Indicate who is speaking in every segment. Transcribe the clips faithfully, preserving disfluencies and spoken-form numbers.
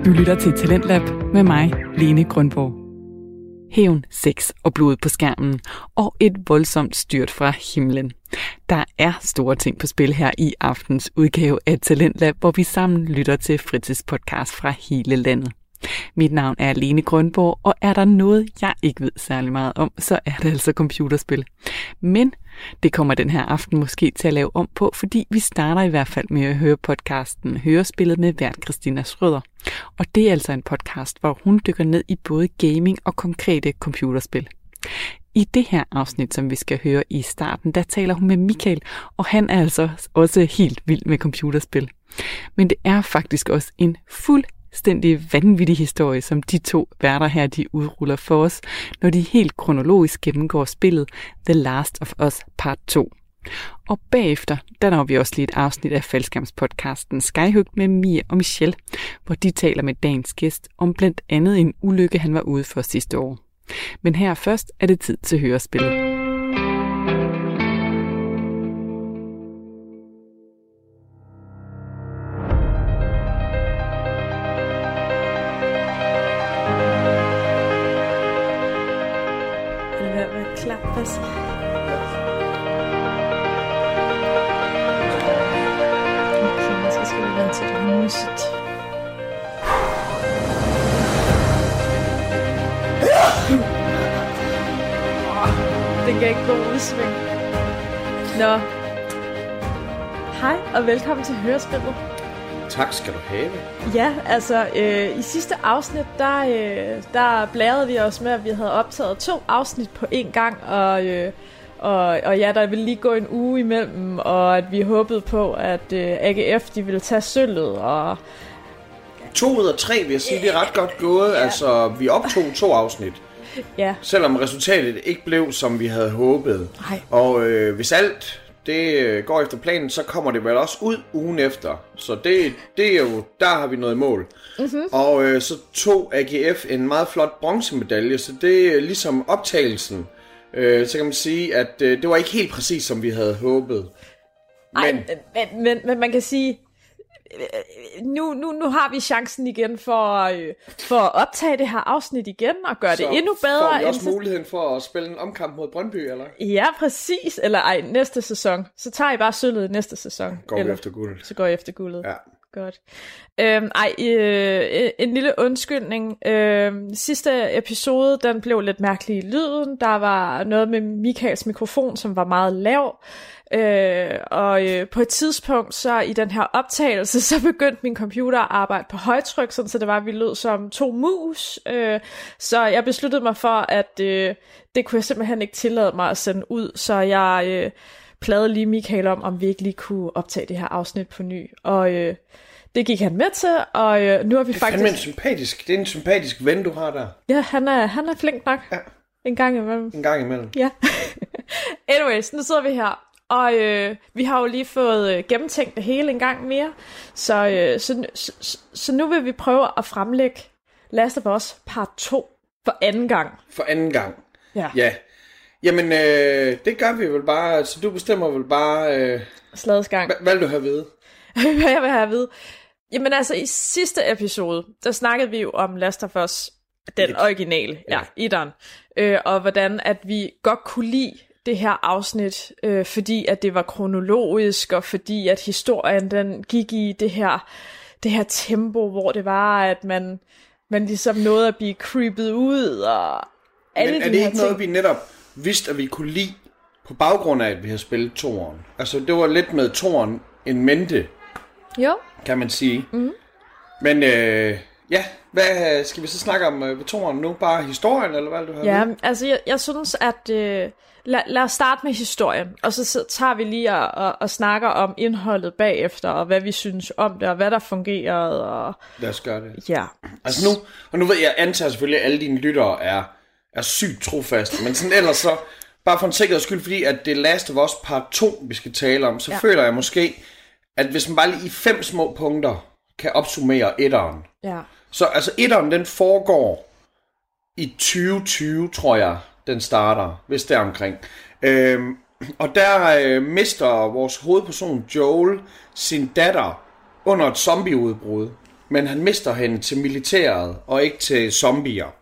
Speaker 1: Du lytter til Talentlab med mig, Lene Grønborg. Hævn, sex og blod på skærmen, og et voldsomt styrt fra himlen. Der er store ting på spil her i aftens udgave af Talentlab, hvor vi sammen lytter til fritidspodcast fra hele landet. Mit navn er Lene Grønborg, og er der noget, jeg ikke ved særlig meget om, så er det altså computerspil. Men det kommer den her aften måske til at lave om på, fordi vi starter i hvert fald med at høre podcasten Hørespillet med vært Christina Schrøder. Og det er altså en podcast, hvor hun dykker ned i både gaming og konkrete computerspil. I det her afsnit, som vi skal høre i starten, der taler hun med Michael, og han er altså også helt vild med computerspil. Men det er faktisk også en fuld fuldstændig vanvittig historie, som de to værter her, de udruller for os, når de helt kronologisk gennemgår spillet The Last of Us Part to. Og bagefter, der når vi også lige et afsnit af faldskærmspodcasten Skyhugt med Mia og Michelle, hvor de taler med dagens gæst om blandt andet en ulykke, han var ude for sidste år. Men her først er det tid til hørespillet.
Speaker 2: Nå. Hej og velkommen til Hørespillet.
Speaker 3: Tak skal du have.
Speaker 2: Ja, altså øh, i sidste afsnit, der, øh, der blærede vi os med, at vi havde optaget to afsnit på én gang, og, øh, og, og ja, der ville lige gå en uge imellem, og at vi håbede på, at øh, A G F, de ville tage sølvet, og...
Speaker 3: To ud af tre, vil jeg sige, det er ret godt gået. Ja. Altså, vi optog to afsnit.
Speaker 2: Ja.
Speaker 3: Selvom resultatet ikke blev, som vi havde håbet. Ej. Og øh, hvis alt det går efter planen, så kommer det vel også ud ugen efter. Så det, det er jo, der har vi noget mål. Mm-hmm. Og øh, så tog A G F en meget flot bronzemedalje, så det er ligesom optagelsen. Øh, så kan man sige, at øh, det var ikke helt præcis, som vi havde håbet.
Speaker 2: Nej, men, men, men, men man kan sige... Nu, nu, nu har vi chancen igen for, øh, for at optage det her afsnit igen og gøre så det endnu bedre.
Speaker 3: Så får vi også muligheden for at spille en omkamp mod Brøndby, eller?
Speaker 2: Ja, præcis. Eller ej, næste sæson. Så tager I bare sølvet næste sæson.
Speaker 3: Går
Speaker 2: eller,
Speaker 3: vi efter guldet.
Speaker 2: Så går I efter guldet.
Speaker 3: Ja.
Speaker 2: Godt. Øhm, ej, øh, en lille undskyldning. Øhm, sidste episode, den blev lidt mærkelig i lyden. Der var noget med Michaels mikrofon, som var meget lav. Øh, og øh, på et tidspunkt så i den her optagelse så begyndte min computer at arbejde på højtryk, sådan så det var at vi lød som to mus, øh, så jeg besluttede mig for at øh, det kunne jeg simpelthen ikke tillade mig at sende ud, så jeg øh, plagede lige Michael om om vi ikke lige kunne optage det her afsnit på ny, og øh, det gik han med til, og øh, nu er vi
Speaker 3: det er
Speaker 2: faktisk
Speaker 3: en sympatisk, det er en sympatisk ven du har der.
Speaker 2: Ja, han er, han er flink nok.
Speaker 3: Ja.
Speaker 2: En gang imellem.
Speaker 3: En gang imellem.
Speaker 2: Ja. Anyways, nu sidder vi her. Og øh, vi har jo lige fået øh, gennemtænkt det hele en gang mere, så, øh, så, så, så nu vil vi prøve at fremlægge Last of Us Part to for anden gang.
Speaker 3: For anden gang?
Speaker 2: Ja.
Speaker 3: Ja. Jamen, øh, det gør vi vel bare, så du bestemmer vel bare... Øh,
Speaker 2: Slagsgang.
Speaker 3: Hvad vil du have at vide?
Speaker 2: Hvad jeg vil have at vide? Jamen altså, i sidste episode, der snakkede vi jo om Last of Us, den Et. originale, ja, ja etteren, øh, og hvordan at vi godt kunne lide det her afsnit, øh, fordi at det var kronologisk, og fordi at historien den gik i det her, det her tempo, hvor det var, at man, man ligesom nåede at blive creepet ud, og alle
Speaker 3: Men
Speaker 2: de
Speaker 3: er det
Speaker 2: her
Speaker 3: ikke
Speaker 2: ting.
Speaker 3: noget, vi netop vidste, at vi kunne lide, på baggrund af, at vi har spillet toeren? Altså, det var lidt med toeren en mente,
Speaker 2: jo,
Speaker 3: kan man sige.
Speaker 2: Mm-hmm.
Speaker 3: Men øh, ja, hvad skal vi så snakke om ved toeren nu? Bare historien, eller hvad du har
Speaker 2: Ja,
Speaker 3: ved?
Speaker 2: altså jeg, jeg synes, at... Øh, Lad, lad os starte med historien, og så tager vi lige og, og, og snakker om indholdet bagefter, og hvad vi synes om det, og hvad der fungerede. Og...
Speaker 3: Lad os gøre det.
Speaker 2: Ja.
Speaker 3: Altså nu, og nu ved jeg, jeg antager selvfølgelig, at alle dine lyttere er, er sygt trofaste, men sådan ellers så, bare for en sikkerheds skyld, fordi at det Last of Us Part to, vi skal tale om, så ja. føler jeg måske, at hvis man bare lige i fem små punkter kan opsummere etteren.
Speaker 2: Ja.
Speaker 3: Så altså etteren, den foregår i tyve tyve, tror jeg, den starter, hvis det er omkring. Øhm, og der øh, mister vores hovedperson Joel sin datter under et zombieudbrud. men han mister hende til militæret, og ikke til zombier.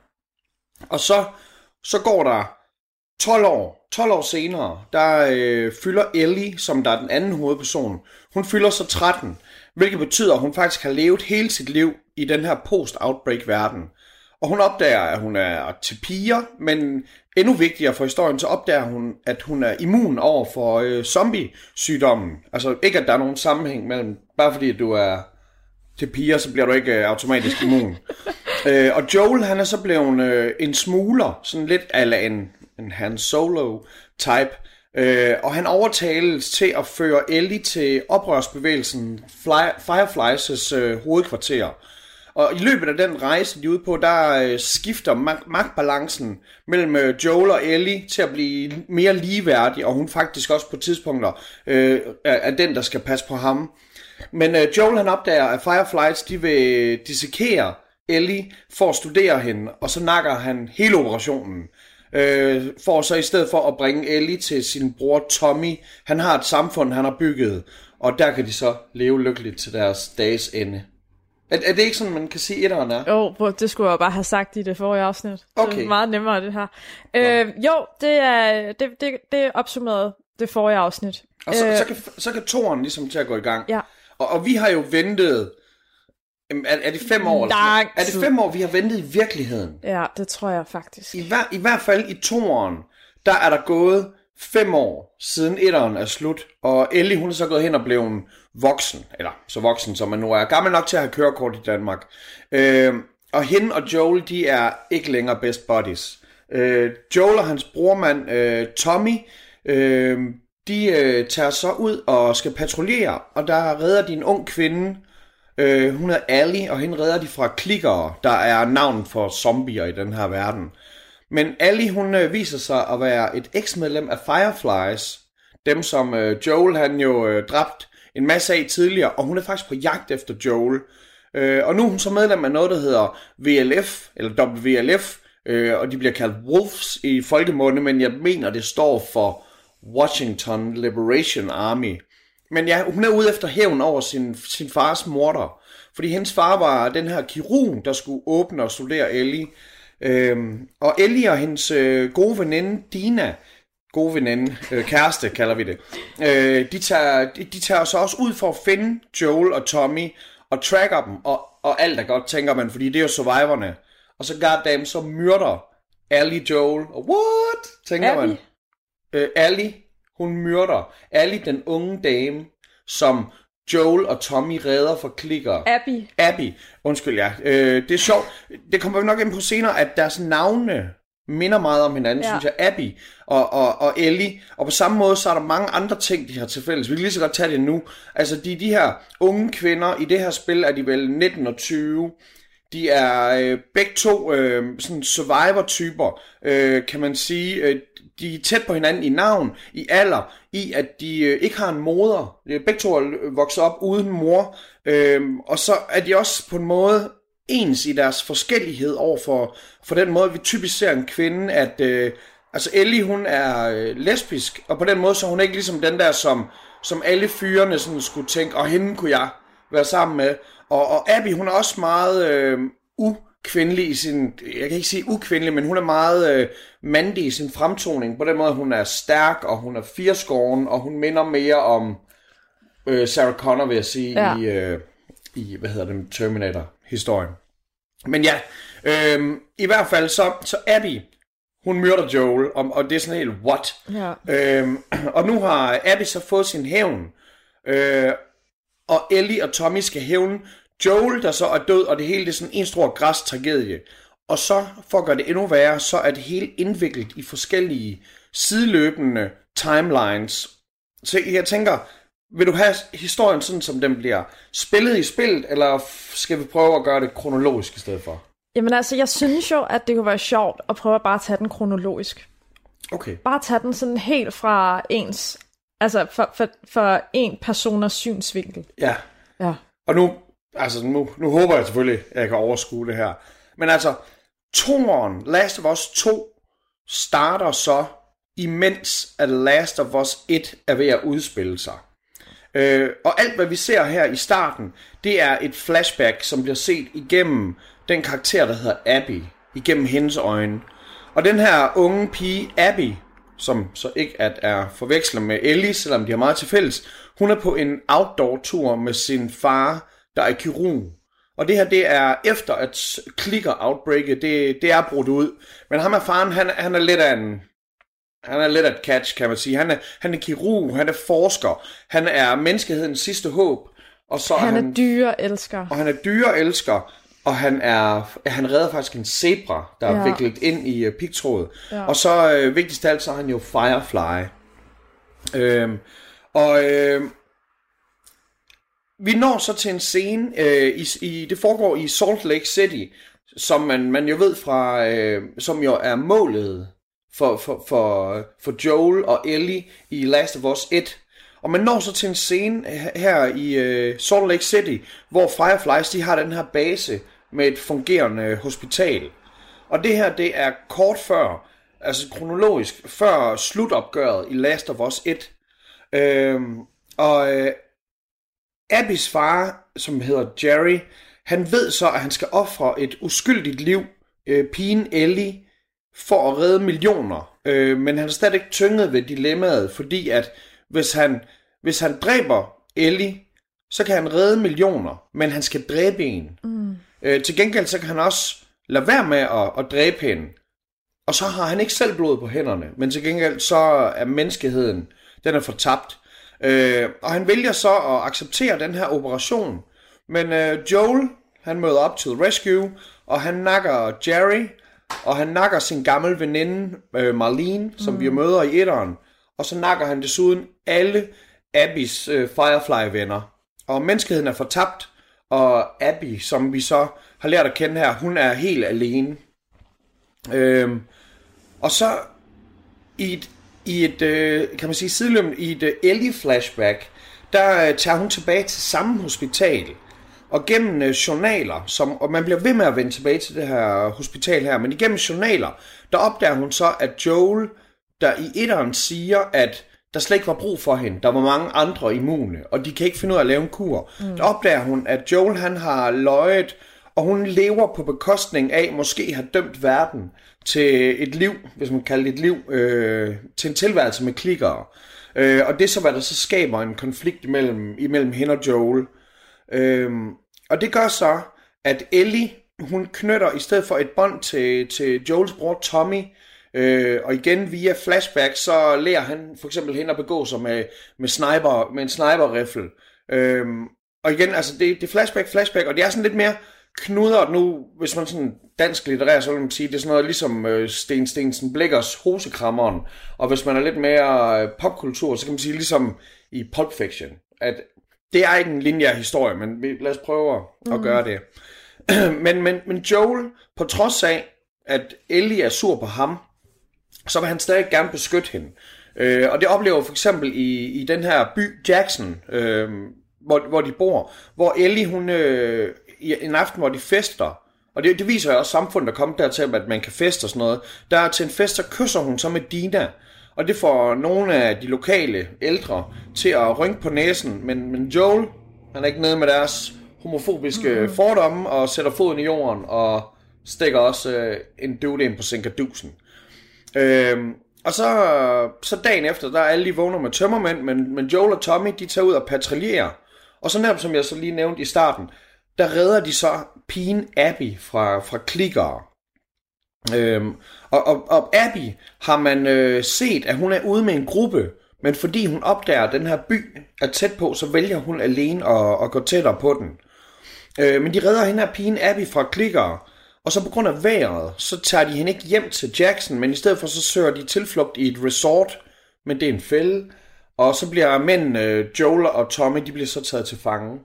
Speaker 3: Og så, så går der tolv år. tolv år senere, der øh, fylder Ellie, som der er den anden hovedperson, hun fylder så tretten, hvilket betyder, at hun faktisk har levet hele sit liv i den her post-outbreak-verden. Og hun opdager, at hun er til piger, men endnu vigtigere for historien, så opdager hun, at hun er immun over for øh, zombie-sygdommen. Altså ikke, at der er nogen sammenhæng mellem, bare fordi at du er til piger, så bliver du ikke øh, automatisk immun. øh, og Joel, han er så blevet øh, en smugler, sådan lidt ala en, en Han Solo-type. Øh, og han overtales til at føre Ellie til oprørsbevægelsen Fly, Fireflies' øh, hovedkvarter. Og i løbet af den rejse, de er ude på, der øh, skifter mag- magtbalancen mellem øh, Joel og Ellie til at blive mere ligeværdig, og hun faktisk også på tidspunkter øh, er, er den, der skal passe på ham. Men øh, Joel han opdager, at Fireflies de vil dissekere Ellie for at studere hende, og så nakker han hele operationen. Øh, for så i stedet for at bringe Ellie til sin bror Tommy. Han har et samfund, han har bygget, og der kan de så leve lykkeligt til deres dages ende. Er, er det ikke sådan, man kan sige, etteren er?
Speaker 2: Jo, det skulle jeg bare have sagt i det forrige afsnit.
Speaker 3: Okay.
Speaker 2: Det er meget nemmere, det her. Øh, jo, det er det, det, det er opsummeret det forrige afsnit.
Speaker 3: Og så,
Speaker 2: øh,
Speaker 3: så, kan, så kan toeren ligesom til at gå i gang.
Speaker 2: Ja.
Speaker 3: Og, og vi har jo ventet... Er, er det fem år?
Speaker 2: Lang
Speaker 3: er det fem år, vi har ventet i virkeligheden?
Speaker 2: Ja, det tror jeg faktisk.
Speaker 3: I, hver, I hvert fald i toeren, der er der gået fem år siden etteren er slut. Og Ellie, hun er så gået hen og blevet voksen. Eller så voksen, som man nu er. Gammel nok til at have kørekort i Danmark. Øh, og hende og Joel, de er ikke længere best buddies. Øh, Joel og hans brormand øh, Tommy... Øh, de øh, tager så ud og skal patruljere. Og der redder de en ung kvinde... Uh, hun er Allie, og hende redder de fra klikkere, der er navn for zombier i den her verden. Men Allie, hun uh, viser sig at være et eks-medlem af Fireflies. Dem, som uh, Joel, han jo uh, dræbt en masse af tidligere, og hun er faktisk på jagt efter Joel. Uh, og nu er hun så medlem af noget, der hedder V L F, eller W L F, uh, og de bliver kaldt Wolves i folkemunde, men jeg mener, det står for Washington Liberation Army. Men ja, hun er ude efter hævn over sin, sin fars morder. Fordi hendes far var den her kirurg, der skulle åbne og studere Ellie. Øhm, og Ellie og hendes øh, gode veninde Dina, gode veninde, øh, kæreste kalder vi det, øh, de, tager, de, de tager så også ud for at finde Joel og Tommy og tracker dem. Og, og alt er godt, tænker man, fordi det er jo survivorne. Og så goddamn, så myrder Allie Joel. Og what? Tænker Abby. man. Øh, Allie. Hun myrder Allie, den unge dame, som Joel og Tommy redder for klikker.
Speaker 2: Abby.
Speaker 3: Abby, undskyld, ja. Øh, det er sjovt. Det kommer vi nok ind på senere, at deres navne minder meget om hinanden, ja. synes jeg. Abby og, og, og Ellie. Og på samme måde, så er der mange andre ting, de har til fælles. Vi kan lige så godt tage det nu. Altså, de, de her unge kvinder, i det her spil er de vel nitten og tyve. De er øh, begge to øh, sådan survivor-typer, øh, kan man sige. Øh, de er tæt på hinanden i navn, i alder, i at de øh, ikke har en moder. Begge to er vokset op uden mor. Øh, og så er de også på en måde ens i deres forskellighed over for, for den måde, vi typisk ser en kvinde, at øh, altså Ellie, hun er øh, lesbisk, og på den måde så er hun ikke ligesom den der, som, som alle fyrene sådan skulle tænke, og hende kunne jeg være sammen med. Og, og Abby, hun er også meget øh, ukvindelig i sin, jeg kan ikke sige ukvindelig, men hun er meget øh, mandig i sin fremtoning. På den måde, hun er stærk, og hun er firskåren, og hun minder mere om øh, Sarah Connor, vil jeg sige, ja. i, øh, i, hvad hedder det, Terminator-historien. Men ja, øh, i hvert fald så, så Abby, hun myrder Joel, og, og det er sådan helt, what?
Speaker 2: Ja.
Speaker 3: Øh, og nu har Abby så fået sin hævn, øh, og Ellie og Tommy skal hævne Joel, der så er død, og det hele det er sådan en stor græs tragedie. Og så, for at gøre det endnu værre, så er det hele indviklet i forskellige sideløbende timelines. Så jeg tænker, vil du have historien sådan, som den bliver spillet i spillet, eller skal vi prøve at gøre det kronologisk i stedet for?
Speaker 2: Jamen altså, jeg synes jo, at det kunne være sjovt at prøve at bare tage den kronologisk.
Speaker 3: Okay.
Speaker 2: Bare tage den sådan helt fra ens, altså for, for, for en personers synsvinkel.
Speaker 3: Ja.
Speaker 2: Ja.
Speaker 3: Og nu, altså nu, nu håber jeg selvfølgelig, at jeg kan overskue det her. Men altså, toeren, Last of Us to, starter så, imens at Last of Us et er ved at udspille sig. Øh, og alt hvad vi ser her i starten, det er et flashback, som bliver set igennem den karakter, der hedder Abby, igennem hendes øjne. Og den her unge pige, Abby, som så ikke at er forvekslet med Ellie, selvom de har meget til fælles, hun er på en outdoor-tur med sin far, der er kirurg. Og det her, det er efter at clicker-outbreaket, det, det er brudt ud. Men ham er faren, han, han er lidt af en... Han er lidt af et catch, kan man sige. Han er, han er kirurg, han er forsker, han er menneskehedens sidste håb. Og så
Speaker 2: han er,
Speaker 3: han,
Speaker 2: dyreelsker.
Speaker 3: Og han er dyreelsker, og han er han redder faktisk en zebra, der ja. er viklet ind i uh, pigtråd. Ja. Og så øh, vigtigst af alt, så er han jo Firefly. Øhm, og øh, vi når så til en scene, øh, i, i, det foregår i Salt Lake City, som man, man jo ved fra, øh, som jo er målet for, for, for, for Joel og Ellie i Last of Us et. Og man når så til en scene her i uh, Salt Lake City, hvor Fireflies, de har den her base med et fungerende hospital. Og det her, det er kort før, altså kronologisk, før slutopgøret i Last of Us et. Øhm, og uh, Abbys far, som hedder Jerry, han ved så, at han skal ofre et uskyldigt liv, uh, pigen Ellie, for at redde millioner. Uh, men han er stadig ikke tynget ved dilemmaet, fordi at Hvis han, hvis han dræber Ellie, så kan han redde millioner, men han skal dræbe en. Mm. Øh, til gengæld så kan han også lade være med at, at dræbe hende. Og så har han ikke selv blod på hænderne, men til gengæld så er menneskeheden, den er fortabt. Øh, og han vælger så at acceptere den her operation. Men øh, Joel, han møder op til rescue, og han nakker Jerry, og han nakker sin gamle veninde øh, Marlene, som mm. vi møder i etteren. Og så nakker han desuden alle Abbys øh, Firefly-venner. Og menneskeheden er fortabt, og Abby, som vi så har lært at kende her, hun er helt alene. Øhm, og så i et, i et øh, kan man sige, sideløbende i et øh, Ellie-flashback, der øh, tager hun tilbage til samme hospital. Og gennem øh, journaler, som, og man bliver ved med at vende tilbage til det her hospital her, men igennem journaler, der opdager hun så, at Joel, der i etteren siger, at der slet ikke var brug for hende. Der var mange andre immune, og de kan ikke finde ud af at lave en kur. Mm. Der opdager hun, at Joel han har løjet, og hun lever på bekostning af, måske har dømt verden til et liv, hvis man kalder det et liv, øh, til en tilværelse med klikkere. Øh, og det er så, hvad der så skaber en konflikt imellem, imellem hende og Joel. Øh, og det gør så, at Ellie, hun knytter i stedet for et bånd til, til Joels bror Tommy, Øh, og igen via flashback, så lærer han for eksempel hende at begå sig med, med, sniper, med en sniper-riffel. Øh, og igen, altså det, det er flashback, flashback, og det er sådan lidt mere knudret nu, hvis man sådan dansk litterær, så vil man sige, det er sådan noget ligesom øh, Sten Stensen Blikkers Hosekrammeren, og hvis man er lidt mere øh, popkultur, så kan man sige ligesom i Pulp Fiction, at det er ikke en lineær historie, men vi, lad os prøve at, mm. at gøre det. men, men, men Joel, på trods af, at Ellie er sur på ham, så vil han stadig gerne beskytte hende. Øh, og det oplever for eksempel i, i den her by Jackson, øh, hvor, hvor de bor, hvor Ellie, hun øh, i en aften, hvor de fester, og det, det viser jo også samfundet, der kommer dertil, at man kan feste og sådan noget, der til en fest, så kysser hun så med Dina, og det får nogle af de lokale ældre til at rynke på næsen, men, men Joel, han er ikke nede med deres homofobiske mm-hmm. fordomme, og sætter foden i jorden, og stikker også øh, en dude ind på Sinkadusen. Øhm, og så, så dagen efter, der er alle de vågner med tømmermænd, men, men Joel og Tommy, de tager ud og patruljerer. Og så netop som jeg så lige nævnte i starten, der redder de så pigen Abby fra, fra klikkere. Øhm, og, og, og Abby har man øh, set, at hun er ude med en gruppe, men fordi hun opdager, at den her by er tæt på, så vælger hun alene at, at gå tættere på den. Øh, men de redder hende her pigen Abby fra klikkere. Og så på grund af vejret, så tager de hende ikke hjem til Jackson, men i stedet for så søger de tilflugt i et resort, men det er en fælde. Og så bliver mændene, Joel og Tommy, de bliver så taget til fange.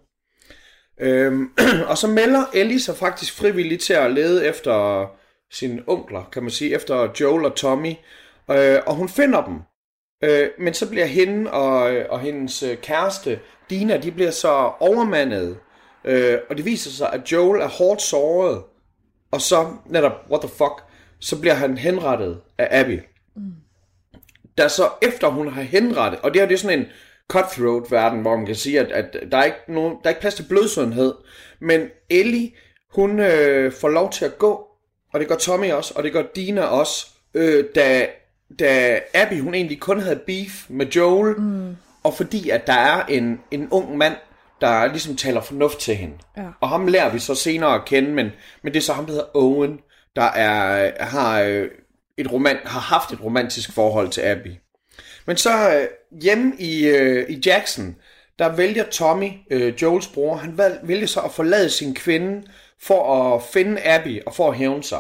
Speaker 3: Øhm, og så melder Ellie sig faktisk frivilligt til at lede efter sine onkler, kan man sige, efter Joel og Tommy. Øh, og hun finder dem. Øh, men så bliver hende og, og hendes kæreste, Dina, de bliver så overmandet. Øh, og det viser sig, at Joel er hårdt såret. Og så, netop, what the fuck, så bliver han henrettet af Abby. Mm. Der så, efter hun har henrettet, og det her det er sådan en cutthroat-verden, hvor man kan sige, at, at der, er ikke nogen, der er ikke plads til blødsødenhed. Men Ellie, hun øh, får lov til at gå, og det gør Tommy også, og det gør Dina også, øh, da, da Abby, hun egentlig kun havde beef med Joel, mm. og fordi at der er en, en ung mand, der ligesom taler fornuft til hende. Ja. Og ham lærer vi så senere at kende, men, men det er så ham, der hedder Owen, der er, har, et roman, har haft et romantisk forhold til Abby. Men så hjemme i, i Jackson, der vælger Tommy, Joels bror, han vælger så at forlade sin kvinde for at finde Abby og for at hævne sig.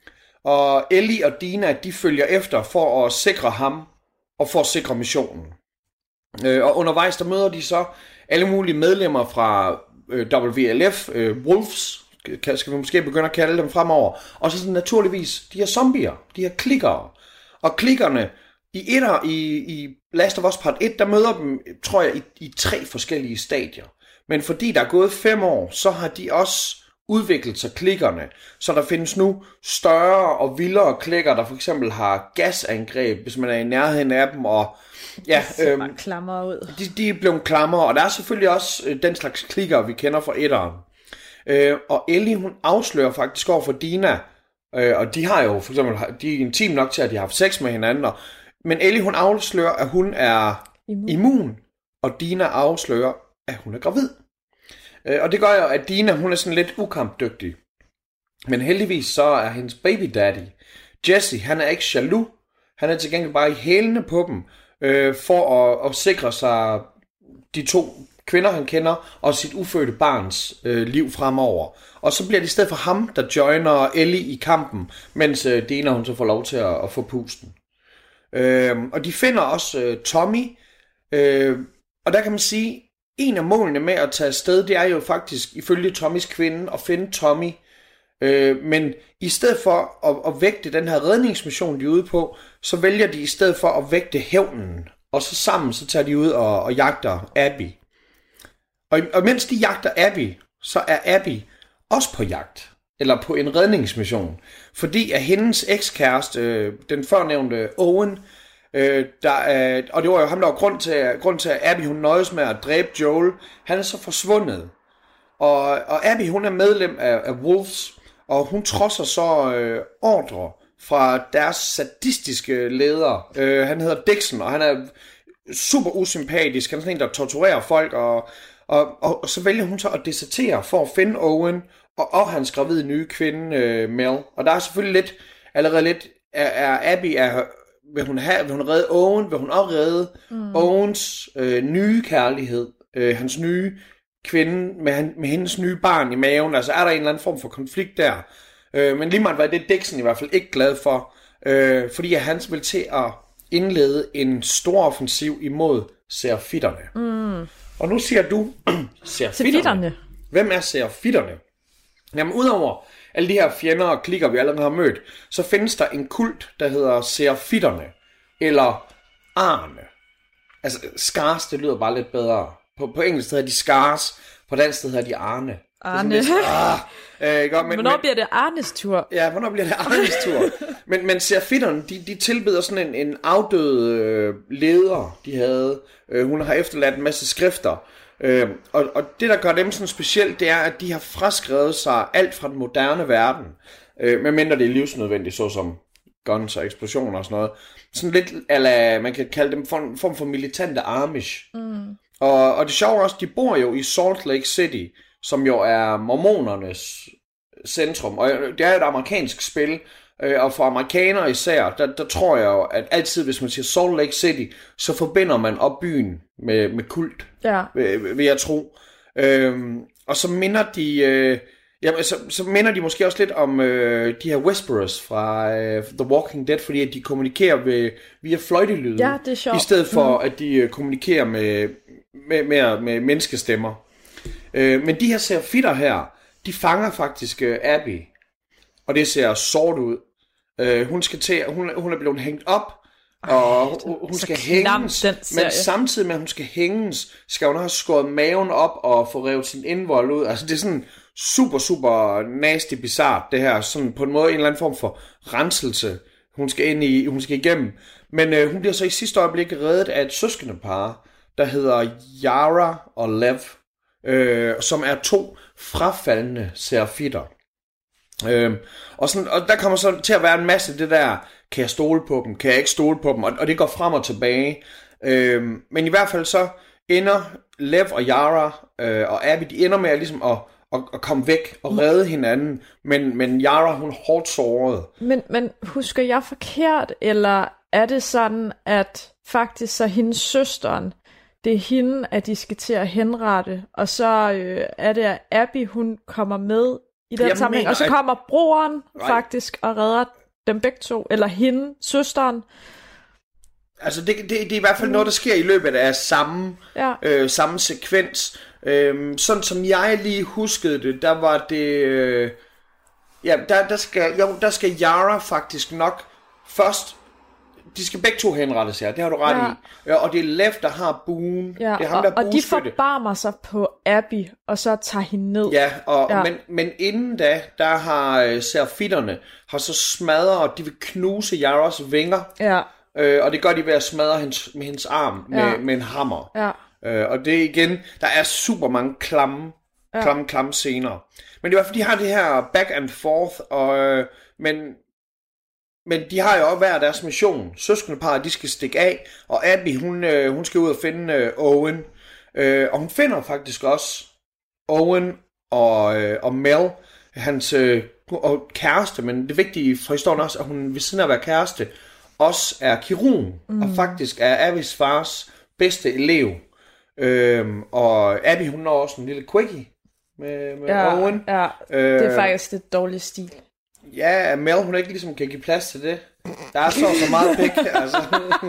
Speaker 3: Og Ellie og Dina, de følger efter for at sikre ham og for at sikre missionen. Og undervejs, der møder de så alle mulige medlemmer fra W L F, Wolves, skal vi måske begynde at kalde dem fremover. Og så sådan, naturligvis de her zombier, de her klikkere. Og klikkerne i etter, i, i Last of Us Part et, der møder dem, tror jeg, i, i tre forskellige stadier. Men fordi der er gået fem år, så har de også udviklet sig, klikkerne. Så der findes nu større og vildere klikker, der for eksempel har gasangreb, hvis man er i nærheden af dem. Og ja, øhm,
Speaker 2: klammer ud.
Speaker 3: De, de er blevet klammer, og der er selvfølgelig også øh, den slags klikker, vi kender fra etteren. Øh, og Ellie, hun afslører faktisk over for Dina, øh, og de har jo for eksempel, de er intim nok til, at de har haft sex med hinanden, og, men Ellie, hun afslører, at hun er immun, immun og Dina afslører, at hun er gravid. Øh, og det gør jo, at Dina, hun er sådan lidt ukampdygtig. Men heldigvis så er hendes baby daddy, Jesse, han er ikke jaloux, han er til gengæld bare i hælene på dem, øh, for at, at sikre sig de to kvinder, han kender, og sit ufødte barns øh, liv fremover. Og så bliver det i stedet for ham, der joiner Ellie i kampen, mens øh, Dina, hun så får lov til at, at få pusten. Øh, og de finder også øh, Tommy, øh, og der kan man sige, en af målene med at tage afsted, det er jo faktisk, ifølge Tommys kvinde, at finde Tommy. Øh, men i stedet for at, at vægte den her redningsmission, de er ude på, så vælger de i stedet for at vægte hævnen. Og så sammen, så tager de ud og, og jagter Abby. Og, og mens de jagter Abby, så er Abby også på jagt. Eller på en redningsmission. Fordi at hendes ekskæreste, øh, den førnævnte Owen, øh, der er, og det var jo ham, der var grund til, grund til, at Abby hun nøjes med at dræbe Joel, han er så forsvundet. Og, og Abby, hun er medlem af, af Wolves, og hun trodser så øh, ordre fra deres sadistiske leder. Øh, han hedder Dixon, og han er super usympatisk. Han er sådan en, der torturerer folk, og, og, og, og så vælger hun så at desertere for at finde Owen, og, og hans gravide nye kvinde, øh, Mel. Og der er selvfølgelig lidt, allerede lidt, er, er Abby, er, vil hun have, vil hun redde Owen, vil hun også redde mm. Owens øh, nye kærlighed, øh, hans nye kvinde med, med hendes nye barn i maven. Altså er der en eller anden form for konflikt der. Øh, men lige meget var det Dixon i hvert fald ikke glad for, øh, fordi at han vil til at indlede en stor offensiv imod serafitterne. Mm. Og nu siger du serafitterne. Hvem er serafitterne? Jamen udover alle de her fjender og klikker, vi allerede har mødt, så findes der en kult, der hedder serafitterne, eller Arne. Altså Scars, det lyder bare lidt bedre. På, på engelsk hedder de Scars, på dansk hedder de Arne.
Speaker 2: Arne.
Speaker 3: Lidt, ah, øh, godt, men,
Speaker 2: hvornår
Speaker 3: men,
Speaker 2: bliver det Arnes tur?
Speaker 3: Ja, hvornår bliver det Arnes tur? men, men serafitterne, de, de tilbeder sådan en, en afdød øh, leder, de havde. Øh, hun har efterladt en masse skrifter. Øh, og, og det, der gør dem sådan specielt, det er, at de har fraskrevet sig alt fra den moderne verden. Øh, medmindre det er livsnødvendigt, såsom guns og eksplosioner og sådan noget. Sådan lidt, eller man kan kalde dem en form for militante Amish. Mm. Og, og det sjove også, de bor jo i Salt Lake City, som jo er mormonernes centrum. Og det er et amerikansk spil, og for amerikanere især, der, der tror jeg jo, at altid, hvis man siger Salt Lake City, så forbinder man op byen med, med kult, ja. vil, vil jeg tro. Øhm, og så minder de... Øh, Jamen, så, så minder de måske også lidt om øh, de her Whisperers fra øh, The Walking Dead, fordi at de kommunikerer ved, via fløjtelyde,
Speaker 2: ja, det er sjovt.
Speaker 3: I stedet for mm. at de øh, kommunikerer med, med, med, med menneskestemmer. Øh, men de her serafitter her, de fanger faktisk øh, Abby, og det ser sort ud. Øh, hun, skal til, hun, hun er blevet hængt op, og Ej, hun, hun skal hænges, men samtidig med at hun skal hænges, skal hun have skåret maven op og få revet sin indvold ud. Altså det er sådan super, super nasty bizarrt, det her. Sådan på en måde en eller anden form for renselse, hun skal ind i, hun skal igennem. Men øh, hun bliver så i sidste øjeblik reddet af et søskendepar, der hedder Yara og Lev, øh, som er to frafaldende serafitter. Øh, og, sådan, og der kommer så til at være en masse det der, kan jeg stole på dem, kan jeg ikke stole på dem, og, og det går frem og tilbage. Øh, men i hvert fald så ender Lev og Yara øh, og Abby, de ender med at, ligesom at, at, at komme væk og redde hinanden, men, men Yara, hun er hårdt såret.
Speaker 2: Men, men husker jeg forkert, eller er det sådan, at faktisk så hendes søsteren, det er hende, at de skal til at henrette, og så øh, er det, at Abby, hun kommer med i den sammenhæng, og så kommer at... broren right. faktisk og redder dem begge to, eller hende, søsteren.
Speaker 3: Altså det, det, det er i hvert fald mm. noget, der sker i løbet af samme, ja. øh, samme sekvens. Øhm, sådan som jeg lige huskede det, der var det... Øh, ja, der, der, skal, jo, der skal Yara faktisk nok først... De skal begge to henrettes her, det har du ret ja. i. Ja, og det er Lev, der har buen.
Speaker 2: Ja,
Speaker 3: det er ham,
Speaker 2: og,
Speaker 3: der
Speaker 2: og de forbarmer sig på Abby, og så tager hende ned.
Speaker 3: Ja, og, ja. Men, men inden da, der har øh, serafitterne har så smadret, og de vil knuse Yaras vinger. Ja. Øh, og det gør de ved at smadre hendes, med hendes arm med, ja. med en hammer. Ja. Øh, og det igen, der er super mange klamme, ja. klamme, klamme scener. Men det er i hvert fald, de har det her back and forth, og, øh, men... Men de har jo også hver deres mission. Søskendeparret, de skal stikke af, og Abby, hun, øh, hun skal ud og finde øh, Owen. Øh, og hun finder faktisk også Owen og, øh, og Mel, hans øh, og kæreste, men det vigtige for historien også, at hun ved siden af at være kæreste, også er kirurg, mm. og faktisk er Abbys fars bedste elev. Øh, og Abby, hun er også en lille quickie med, med
Speaker 2: ja,
Speaker 3: Owen.
Speaker 2: Ja, øh, det er faktisk det dårlige stil.
Speaker 3: Ja, Mel, hun ikke ligesom kan give plads til det. Der er så så meget pæk, altså.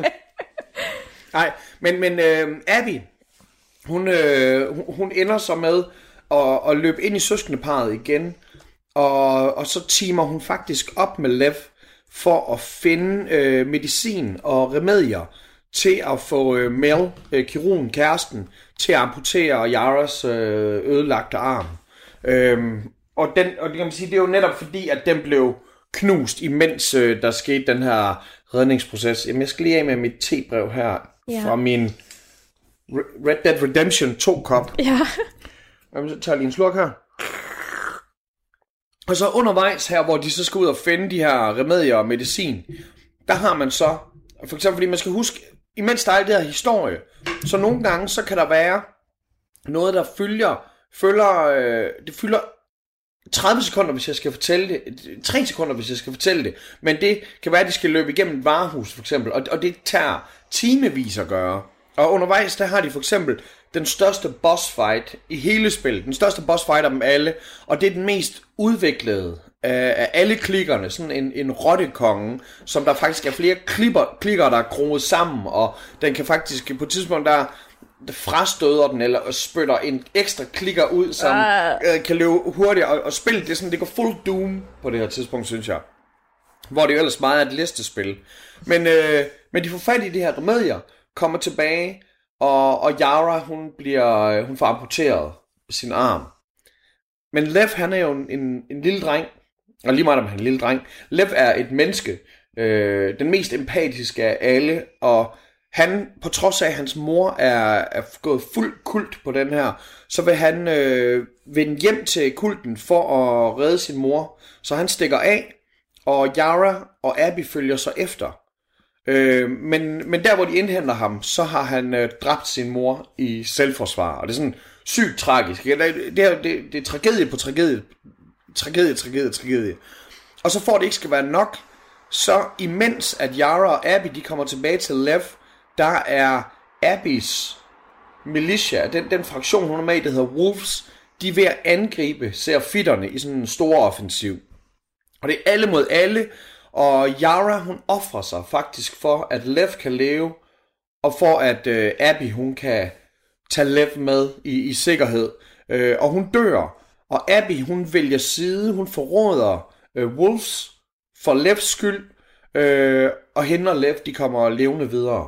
Speaker 3: Nej, men, men øh, Abby, hun, øh, hun ender så med at, at løbe ind i søskendeparret igen, og, og så teamer hun faktisk op med Lev for at finde øh, medicin og remedier til at få øh, Mel, øh, kirurgen, kæresten, til at amputere Yaras øh, ødelagte arm. Øhm, Og, den, og det kan man sige, det er jo netop fordi, at den blev knust, imens øh, der skete den her redningsproces. Jamen, jeg skal lige af med mit tebrev her, ja. fra min Red Dead Redemption to-kop.
Speaker 2: Ja.
Speaker 3: Jamen, så tager jeg lige en slurk her. Og så undervejs her, hvor de så skal ud og finde de her remedier og medicin, der har man så, for eksempel fordi man skal huske, imens der er det her historie, så nogle gange, så kan der være noget, der følger, følger øh, det fylder tredive sekunder, hvis jeg skal fortælle det. tre sekunder, hvis jeg skal fortælle det. Men det kan være, at de skal løbe igennem et varehus, for eksempel. Og, og det tager timevis at gøre. Og undervejs, der har de for eksempel den største boss fight i hele spillet. Den største boss fight af dem alle. Og det er den mest udviklede af, af alle klikkerne. Sådan en, en rottekonge, som der faktisk er flere klipper, klikker, der er groet sammen. Og den kan faktisk på et tidspunkt, der frastøder den, eller spytter en ekstra klikker ud, som uh. kan løbe hurtigt, og, og spillet, det er sådan, det går full Doom på det her tidspunkt, synes jeg. Hvor det jo ellers meget er et listespil. Men, øh, men de får fat i de her remedier, kommer tilbage, og, og Yara, hun bliver, hun får amputeret sin arm. Men Lev, han er jo en, en, en lille dreng, og lige meget om han er en lille dreng. Lev er et menneske, øh, den mest empatiske af alle, og han, på trods af, at hans mor er, er gået fuld kult på den her, så vil han øh, vende hjem til kulten for at redde sin mor. Så han stikker af, og Yara og Abby følger så efter. Øh, men, men der, hvor de indhenter ham, så har han øh, dræbt sin mor i selvforsvar. Og det er sådan sygt tragisk. Det er, det er, det er tragedie på tragedie. Tragedie, tragedie, tragedie. Og så for det ikke skal være nok, så imens at Yara og Abby, de kommer tilbage til Lev, der er Abbys militia, den, den fraktion, hun er med i, der hedder Wolves, de er ved at angribe serafitterne i sådan en stor offensiv. Og det er alle mod alle, og Yara, hun offrer sig faktisk for, at Lev kan leve, og for at øh, Abby, hun kan tage Lev med i, i sikkerhed. Øh, og hun dør, og Abby, hun vælger side, hun forråder øh, Wolves for Levs skyld, øh, og hende og Lev, de kommer levende videre.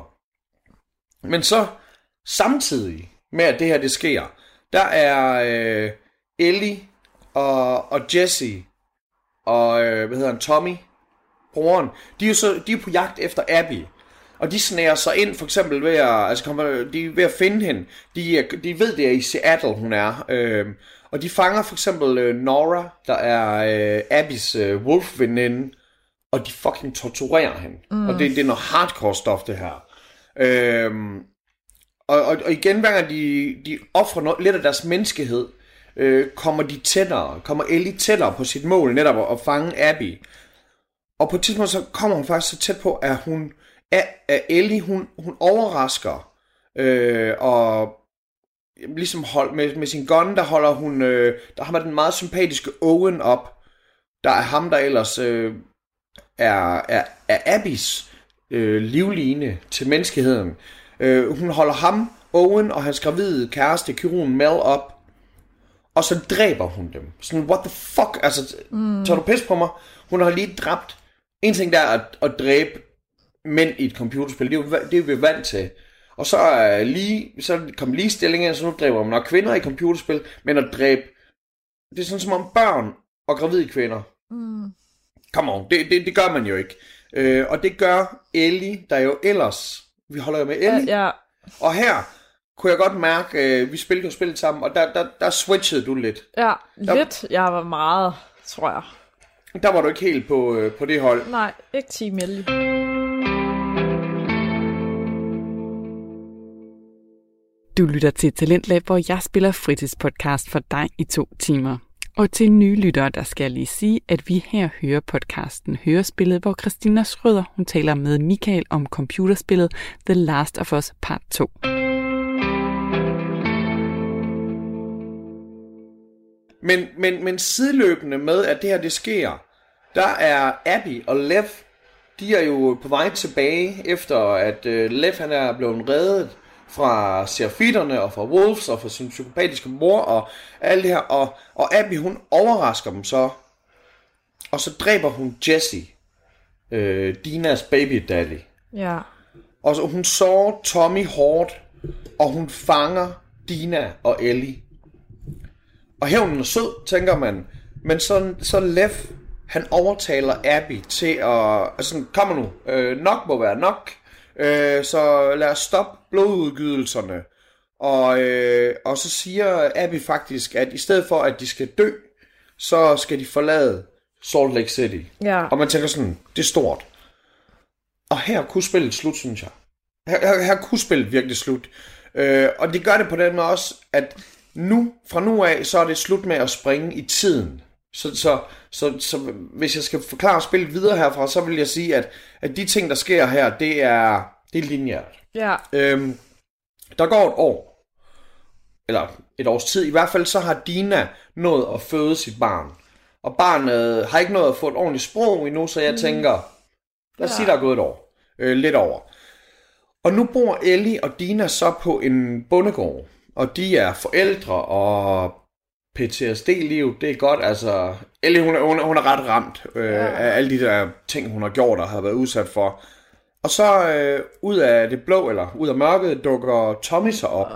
Speaker 3: Men så samtidig med at det her det sker, der er øh, Ellie og, og Jesse og øh, hvad hedder han, Tommy, broren, de er jo så de er på jagt efter Abby. Og de snærer sig ind, for eksempel ved at, altså kommer, de er ved at finde hende. De, de ved, det er i Seattle, hun er. Øh, og de fanger for eksempel øh, Nora, der er øh, Abbys øh, wolf-veninde, og de fucking torturerer hende. Mm. Og det, det er noget hardcore stof, det her. Øh, og, og, og igen, hver gang de, de offrer noget, lidt af deres menneskehed, øh, kommer de tættere, kommer Ellie tættere på sit mål, netop at, at fange Abby. Og på et tidspunkt, så kommer hun faktisk så tæt på, at hun, at, at Ellie, hun, hun overrasker, øh, og ligesom hold, med, med sin gun, der holder hun, øh, der har man den meget sympatiske Owen op, der er ham, der ellers øh, er, er, er Abbys øh, livline til menneskeheden. Øh, hun holder ham, Owen, og hans gravide kæreste, kirurgen Mel, op, og så dræber hun dem. Sådan, what the fuck? Altså, mm. tager du pis på mig? Hun har lige dræbt. En ting der er at, at dræbe mænd i et computerspil, det er, jo, det er vi vant til. Og så er lige, så kom lige stillingen, så nu dræber man nok kvinder i computerspil, men at dræbe, det er sådan som om børn og gravide kvinder. Mm. Come on, det, det, det gør man jo ikke. Øh, og det gør Ellie, der jo ellers, vi holder jo med Ellie.
Speaker 2: Ja, ja.
Speaker 3: Og her kunne jeg godt mærke, øh, vi spillede jo spillet sammen, og der, der, der switchede du lidt.
Speaker 2: Ja,
Speaker 3: der,
Speaker 2: lidt. Jeg var meget, tror jeg.
Speaker 3: Der var du ikke helt på, øh, på det hold.
Speaker 2: Nej, ikke Team Ellie.
Speaker 1: Du lytter til Talentlab, hvor jeg spiller fritidspodcast for dig i to timer. Og til nye lyttere, der skal jeg lige sige, at vi her hører podcasten Hørespillet, hvor Christina Schrøder, hun taler med Michael om computerspillet The Last of Us Part to.
Speaker 3: Men, men, men sideløbende med, at det her det sker, der er Abby og Lev, de er jo på vej tilbage, efter at uh, Lev han er blevet reddet fra serafitterne og fra Wolves og fra sin psykopatiske mor og alt det her. Og, og Abby, hun overrasker dem så, og så dræber hun Jesse, øh, Dinas baby daddy.
Speaker 2: Ja.
Speaker 3: Og så hun sår Tommy hårdt, og hun fanger Dina og Ellie. Og hævnen er sød, tænker man. Men så, så Lev, han overtaler Abby til at, altså kommer nu, øh, nok må være nok. Øh, så lad os stoppe blodudgydelserne. Og, øh, og så siger Abby faktisk, at i stedet for at de skal dø, så skal de forlade Salt Lake City.
Speaker 2: Ja.
Speaker 3: Og man tænker sådan, det er stort. Og her kunne spillet slut, synes jeg. Her, her, her kunne spillet virkelig slut. øh, Og det gør det på den måde også, at nu, fra nu af, så er det slut med at springe i tiden. Så, så, så, så hvis jeg skal forklare spillet videre herfra, så vil jeg sige, at, at de ting, der sker her, det er, det er lineært.
Speaker 2: Ja.
Speaker 3: Øhm, der går et år, eller et års tid. I hvert fald så har Dina nået at føde sit barn. Og barnet har ikke nået at få et ordentligt sprog endnu, så jeg mm. tænker, lad os ja. sige, der er gået et år. Øh, lidt over. Og nu bor Ellie og Dina så på en bondegård. Og de er forældre, og P T S D-liv, det er godt. Altså, Ellie, hun er, hun er, hun er ret ramt øh, ja. af alle de der ting, hun har gjort og har været udsat for. Og så øh, ud af det blå, eller ud af mørket, dukker Tommy så op.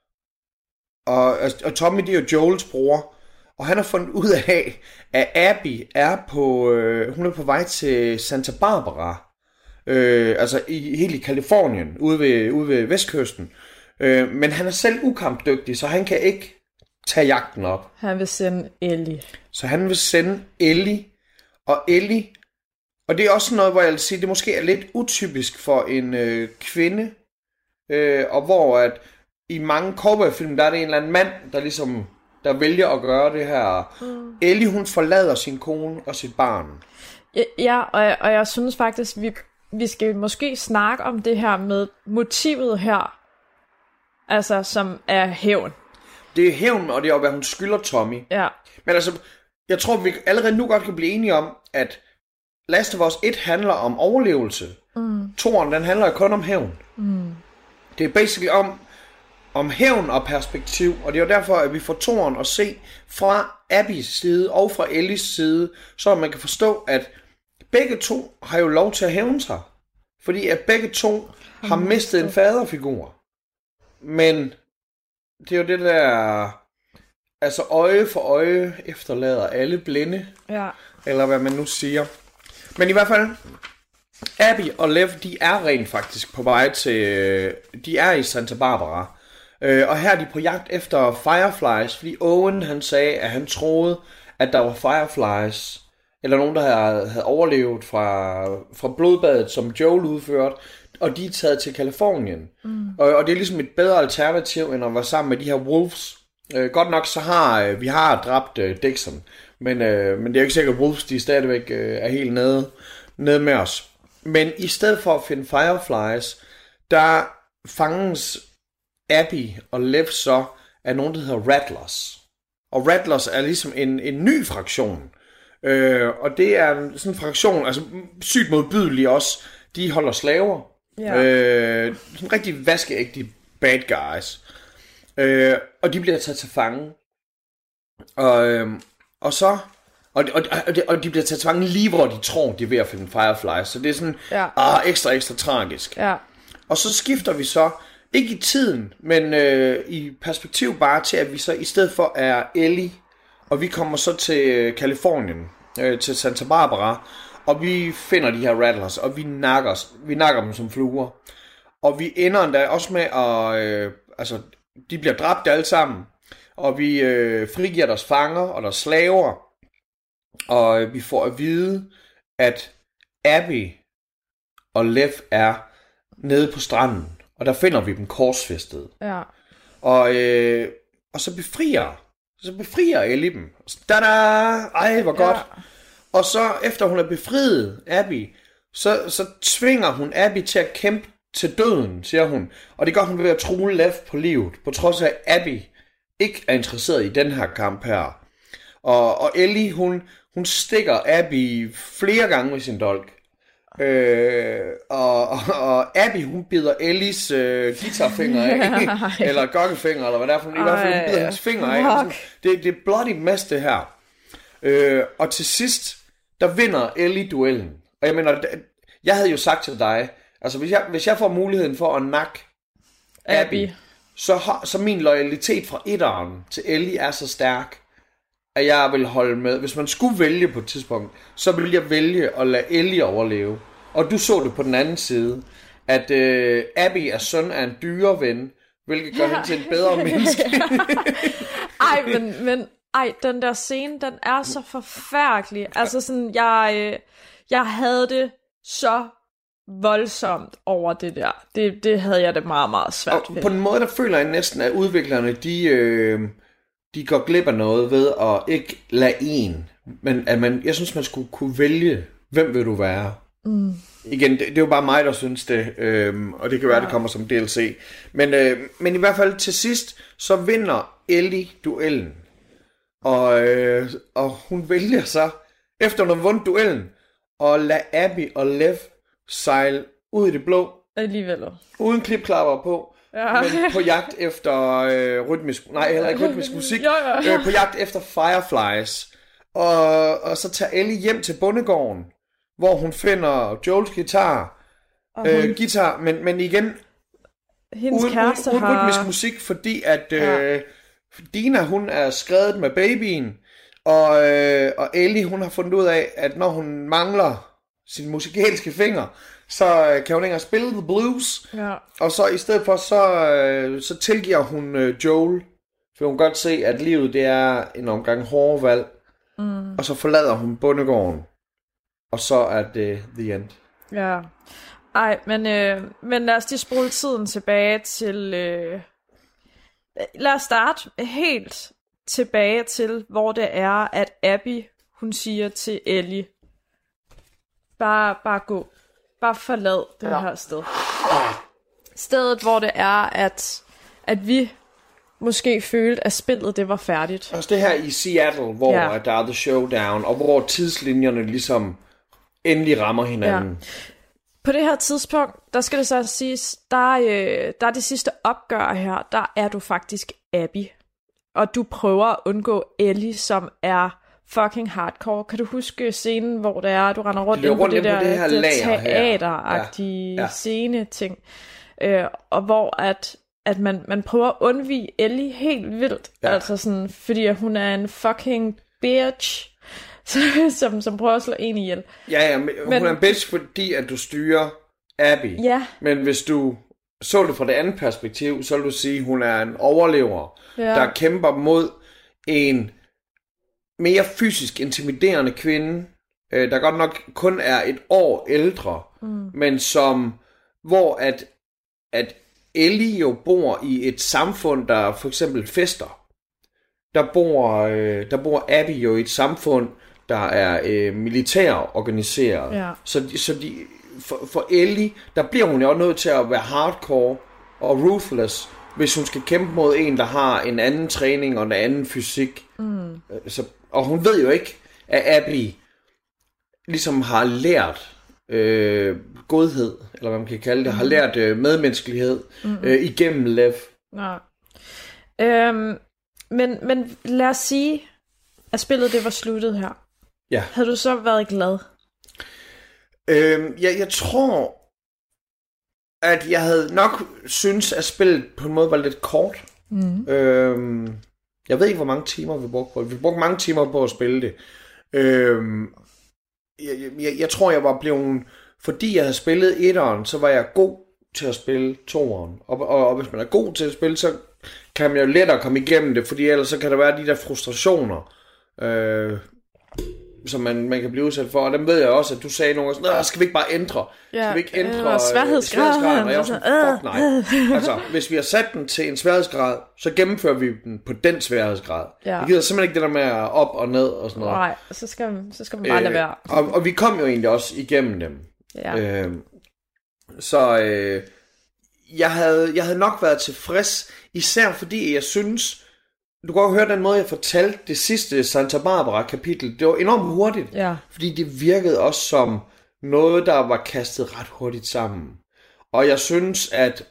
Speaker 3: Og, og Tommy, det er jo Joels bror. Og han har fundet ud af, at Abby er på, øh, hun er på vej til Santa Barbara. Øh, altså i, helt i Californien, ude ved, ude ved vestkysten. Øh, men han er selv ukampdygtig, så han kan ikke tage jagten op.
Speaker 2: Han vil sende Ellie.
Speaker 3: Så han vil sende Ellie. Og Ellie, og det er også noget, hvor jeg vil sige, det måske er lidt utypisk for en øh, kvinde. Øh, og hvor at i mange cowboyfilm, der er det en eller anden mand, der ligesom, der vælger at gøre det her. Mm. Ellie, hun forlader sin kone og sit barn.
Speaker 2: Ja, ja og, jeg, og jeg synes faktisk, vi, vi skal måske snakke om det her med motivet her. Altså, som er hævn.
Speaker 3: Det er hævn, og det er hvad hun skylder Tommy.
Speaker 2: Ja.
Speaker 3: Men altså, jeg tror, vi allerede nu godt kan blive enige om, at Last of Us et handler om overlevelse. Mm. Toren, den handler kun om hævn. Mm. Det er basically om, om hævn og perspektiv, og det er jo derfor, at vi får toren at se fra Abbys side og fra Ellies side, så man kan forstå, at begge to har jo lov til at hævne sig. Fordi at begge to har mistet en faderfigur. Men det er jo det der, altså øje for øje efterlader alle blinde.
Speaker 2: Ja.
Speaker 3: Eller hvad man nu siger. Men i hvert fald, Abby og Lev, de er rent faktisk på vej til... De er i Santa Barbara. Øh, og her er de på jagt efter fireflies, fordi Owen han sagde, at han troede, at der var fireflies, eller nogen, der havde, havde overlevet fra, fra blodbadet, som Joel udførte, og de er taget til Californien. Mm. Og, og det er ligesom et bedre alternativ, end at være sammen med de her wolves. Øh, godt nok så har øh, vi har dræbt øh, Dixon, men, øh, men det er jo ikke sikkert, at wolves de stadigvæk øh, er helt nede, nede med os. Men i stedet for at finde fireflies, der fanges Abby og Lev så af nogen, der hedder Rattlers. Og Rattlers er ligesom en, en ny fraktion. Øh, og det er sådan en fraktion, altså sygt modbydelig også. De holder slaver. Ja. Øh, sådan rigtig vaskeægte bad guys. Øh, og de bliver taget til fange. Og, øh, og så... Og de, og, de, og de bliver taget til fange lige hvor de tror, de er ved at finde fireflies. Så det er sådan ja. ah, ekstra, ekstra tragisk. Ja. Og så skifter vi så... Ikke i tiden, men øh, i perspektiv bare til, at vi så i stedet for er Ellie, og vi kommer så til Californien, øh, til Santa Barbara, og vi finder de her Rattlers, og vi nakker, vi nakker dem som fluer. Og vi ender endda også med at, øh, altså, de bliver dræbt alle sammen, og vi øh, frigiver deres fanger og deres slaver, og øh, vi får at vide, at Abby og Lev er nede på stranden. Og der finder vi dem korsfæstet. Ja. Og, øh, og så befrier, så befrier Ellie dem. Da-da! Ej, hvor godt. Ja. Og så efter hun er befriet, Abby, så, så tvinger hun Abby til at kæmpe til døden, siger hun. Og det gør hun ved at true Lev på livet, på trods af, at Abby ikke er interesseret i den her kamp her. Og, og Ellie, hun, hun stikker Abby flere gange med sin dolk. Øh, og, og, og Abby, hun bider Ellies øh, guitarfinger af, eller gokkefinger, eller hvad det er for, i hvert fald hun bider hans finger af. Det, det er bloody mess, det her. Øh, og til sidst, der vinder Ellie duellen. Og jeg mener, jeg havde jo sagt til dig, altså hvis jeg, hvis jeg får muligheden for at nakke Abby, Abby. Så, har, så min loyalitet fra etteren til Ellie er så stærk, at jeg vil holde med. Hvis man skulle vælge på et tidspunkt, så ville jeg vælge at lade Ellie overleve. Og du så det på den anden side, at øh, Abby er søn af en dyreven, hvilket gør ja. hende til en bedre menneske.
Speaker 2: Ej, men, men ej, den der scene, den er så forfærdelig. Altså sådan, jeg, øh, jeg havde det så voldsomt over det der. Det, det havde jeg det meget, meget svært
Speaker 3: og
Speaker 2: ved.
Speaker 3: På en måde, der føler jeg næsten, at udviklerne, de... Øh, de går glip af noget ved at ikke lade en, men at man, jeg synes, man skulle kunne vælge, hvem vil du være? Mm. Igen, det, det er jo bare mig, der synes det, øhm, og det kan være, ja. det kommer som D L C. Men, øh, men i hvert fald til sidst, så vinder Ellie duellen. Og, øh, og hun vælger så, efter hun har vundet duellen, at lade Abby og Lev sejle ud i det blå.
Speaker 2: Alligevel.
Speaker 3: Uden klipklapper på. Ja. Men på jagt efter øh, rytmisk, nej, heller ikke rytmisk musik,
Speaker 2: jo, jo, jo.
Speaker 3: Øh, på jagt efter fireflies, og, og så tager Ellie hjem til bondegården, hvor hun finder Joels guitar, øh, hun... guitar, men, men igen,
Speaker 2: hendes
Speaker 3: uden,
Speaker 2: kæreste
Speaker 3: uden, uden
Speaker 2: har...
Speaker 3: rytmisk musik, fordi at øh, ja. Dina, hun er skrevet med babyen, og, øh, og Ellie, hun har fundet ud af, at når hun mangler sin musikalske finger, så kan hun ikke engang spille the blues. Ja. Og så i stedet for, så, så tilgiver hun Joel. For hun kan godt se, at livet det er en omgang hårde valg. Mm. Og så forlader hun bondegården. Og så er det the end.
Speaker 2: Ja. Ej, men, øh, men lad os lige spole tiden tilbage til... Øh... Lad os starte helt tilbage til, hvor det er, at Abby, hun siger til Ellie, bare, bare gå. Bare forlad det ja. her sted. Stedet, hvor det er, at, at vi måske følte, at spillet det var færdigt.
Speaker 3: Altså det her i Seattle, hvor ja. der er The Showdown, og hvor tidslinjerne ligesom endelig rammer hinanden. Ja.
Speaker 2: På det her tidspunkt, der skal det så siges, der, øh, der er det sidste opgør her, der er du faktisk Abby. Og du prøver at undgå Ellie, som er fucking hardcore. Kan du huske scenen, hvor det er, du render rundt ind på det der, det der teateragtige ja. ja. scene-ting, øh, og hvor at, at man, man prøver at undvige Ellie helt vildt, ja. altså sådan, fordi hun er en fucking bitch, som, som prøver at slå en ihjel.
Speaker 3: Ja, ja, men, men hun er en bitch, fordi at du styrer Abby.
Speaker 2: Ja.
Speaker 3: Men hvis du så det fra det andet perspektiv, så vil du sige, at hun er en overlever, ja. der kæmper mod en mere fysisk intimiderende kvinde, der godt nok kun er et år ældre, mm. men som, hvor at, at Ellie jo bor i et samfund, der for eksempel fester. Der bor, der bor Abby jo i et samfund, der er øh, militærorganiseret. Ja. Så, så de, for, for Ellie, der bliver hun jo nødt til at være hardcore og ruthless, hvis hun skal kæmpe mod en, der har en anden træning og en anden fysik. Mm. Så, og hun ved jo ikke, at Abby ligesom har lært øh, godhed, eller hvad man kan kalde det, mm. har lært øh, medmenneskelighed mm. øh, igennem Lev.
Speaker 2: Ja. Øhm, men, men lad os sige, at spillet det var sluttet her.
Speaker 3: Ja.
Speaker 2: Havde du så været glad?
Speaker 3: Øhm, ja, jeg tror, at jeg havde nok synes, at spillet på en måde var lidt kort. Mm. Øhm, jeg ved ikke, hvor mange timer vi brugte på det. Vi brugte mange timer på at spille det. Øhm, jeg, jeg, jeg tror, jeg var blevet... Fordi jeg havde spillet etteren, så var jeg god til at spille toeren. Og, og, og hvis man er god til at spille, så kan man jo lettere komme igennem det, fordi ellers så kan der være de der frustrationer, øh, som man, man kan blive udsat for. Og dem ved jeg også, at du sagde nogle gange, skal vi ikke bare ændre?
Speaker 2: Ja,
Speaker 3: skal vi ikke ændre
Speaker 2: øh, sværhedsgraden?
Speaker 3: Og jeg var sådan, fuck nej. Altså, hvis vi har sat den til en sværhedsgrad, så gennemfører vi den på den sværhedsgrad. Ja. Jeg gider simpelthen ikke det der med op og ned og sådan noget.
Speaker 2: Nej, så skal, så skal man bare lade være.
Speaker 3: Øh, og, og vi kom jo egentlig også igennem dem. Ja. Øh, så øh, jeg, havde, jeg havde nok været tilfreds, især fordi jeg synes, du kan jo høre den måde, jeg fortalte det sidste Santa Barbara kapitel. Det var enormt hurtigt,
Speaker 2: ja.
Speaker 3: Fordi det virkede også som noget, der var kastet ret hurtigt sammen. Og jeg synes, at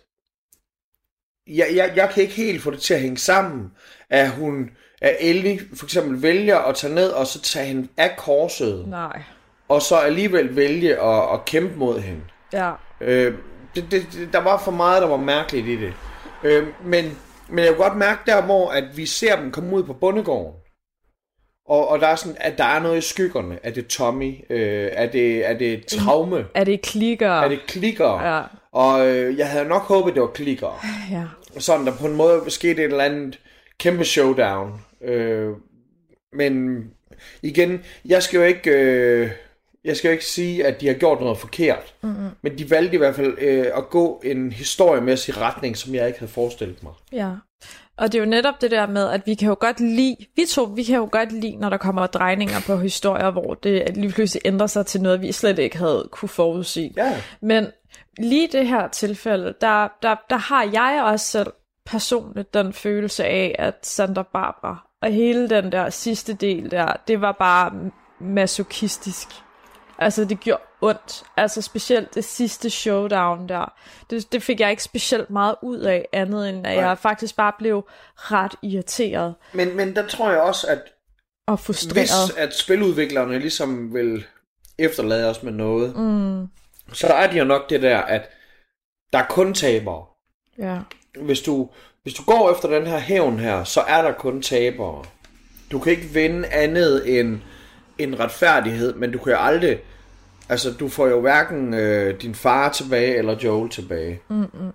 Speaker 3: jeg, jeg, jeg kan ikke helt få det til at hænge sammen, at hun, at Ellie for eksempel vælger at tage ned og så tage hende af korset.
Speaker 2: Nej.
Speaker 3: Og så alligevel vælge at, at kæmpe mod hende.
Speaker 2: Ja.
Speaker 3: Øh, det, det, der var for meget, der var mærkeligt i det. Øh, men, men jeg kunne godt mærke der, hvor at vi ser dem komme ud på bondegården. Og, og der er sådan, at der er noget i skyggerne. Er det Tommy? Øh, er, det, er det traume?
Speaker 2: Er det klikker?
Speaker 3: Er det klikker?
Speaker 2: Ja.
Speaker 3: Og øh, jeg havde nok håbet, det var klikker.
Speaker 2: Ja.
Speaker 3: Sådan, der på en måde skete et eller andet kæmpe showdown. Øh, men igen, jeg skal jo ikke... Øh, Jeg skal jo ikke sige, at de har gjort noget forkert, mm-hmm. men de valgte i hvert fald øh, at gå en historiemæssig retning, som jeg ikke havde forestillet mig.
Speaker 2: Ja, og det er jo netop det der med, at vi kan jo godt lide, vi to, vi kan jo godt lide, når der kommer drejninger på historier, hvor det lige pludselig ændrer sig til noget, vi slet ikke havde kunne forudsige.
Speaker 3: Ja.
Speaker 2: Men lige det her tilfælde, der, der, der har jeg også selv personligt den følelse af, at Santa Barbara og hele den der sidste del der, det var bare masochistisk. Altså, det gjorde ondt. Altså, specielt det sidste showdown der. Det, det fik jeg ikke specielt meget ud af, andet end at Nej. jeg faktisk bare blev ret irriteret.
Speaker 3: Men, men der tror jeg også, at
Speaker 2: og frustreret.
Speaker 3: Hvis at spiludviklerne ligesom vil efterlade os med noget,
Speaker 2: mm.
Speaker 3: så er de jo nok det der, at der er kun tabere.
Speaker 2: Ja.
Speaker 3: Hvis du, hvis du går efter den her hævn her, så er der kun tabere. Du kan ikke vinde andet end en retfærdighed, men du kan jo aldrig, altså du får jo hverken øh, din far tilbage eller Joel tilbage.
Speaker 2: Mm-mm.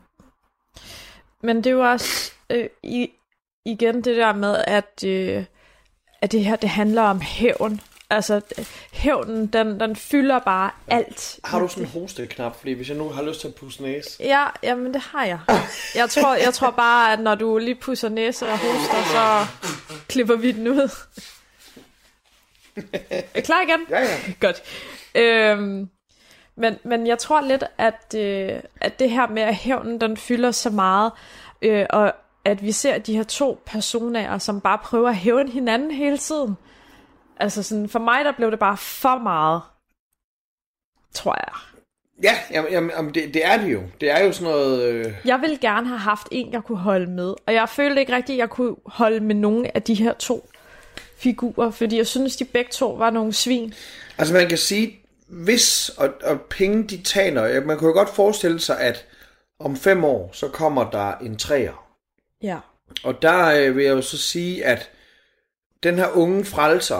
Speaker 2: Men det er jo også øh, i, igen det der med at øh, at det her det handler om hævn. Altså hævnen den den fylder bare alt.
Speaker 3: Har du sådan en hosteknap, fordi hvis jeg nu har lyst til at pusse næse?
Speaker 2: Ja, jamen det har jeg. Jeg tror jeg tror bare at når du lige pusser næse og hoster, så klipper vi den ud. Er klar igen?
Speaker 3: Ja, ja.
Speaker 2: Godt. Øhm, men, men jeg tror lidt, at, øh, at det her med at hævnen, den fylder så meget, øh, og at vi ser de her to personer, som bare prøver at hævne hinanden hele tiden. Altså sådan, for mig der blev det bare for meget, tror jeg.
Speaker 3: Ja, jamen, jamen det, det er det jo. Det er jo sådan noget... Øh...
Speaker 2: Jeg ville gerne have haft en, jeg kunne holde med, og jeg følte ikke rigtigt, at jeg kunne holde med nogen af de her to figurer, fordi jeg synes, de begge to var nogle svin.
Speaker 3: Altså man kan sige, hvis og, og penge de taler, man kan jo godt forestille sig, at om fem år, så kommer der en træer.
Speaker 2: Ja.
Speaker 3: Og der øh, vil jeg jo så sige, at den her unge frelser,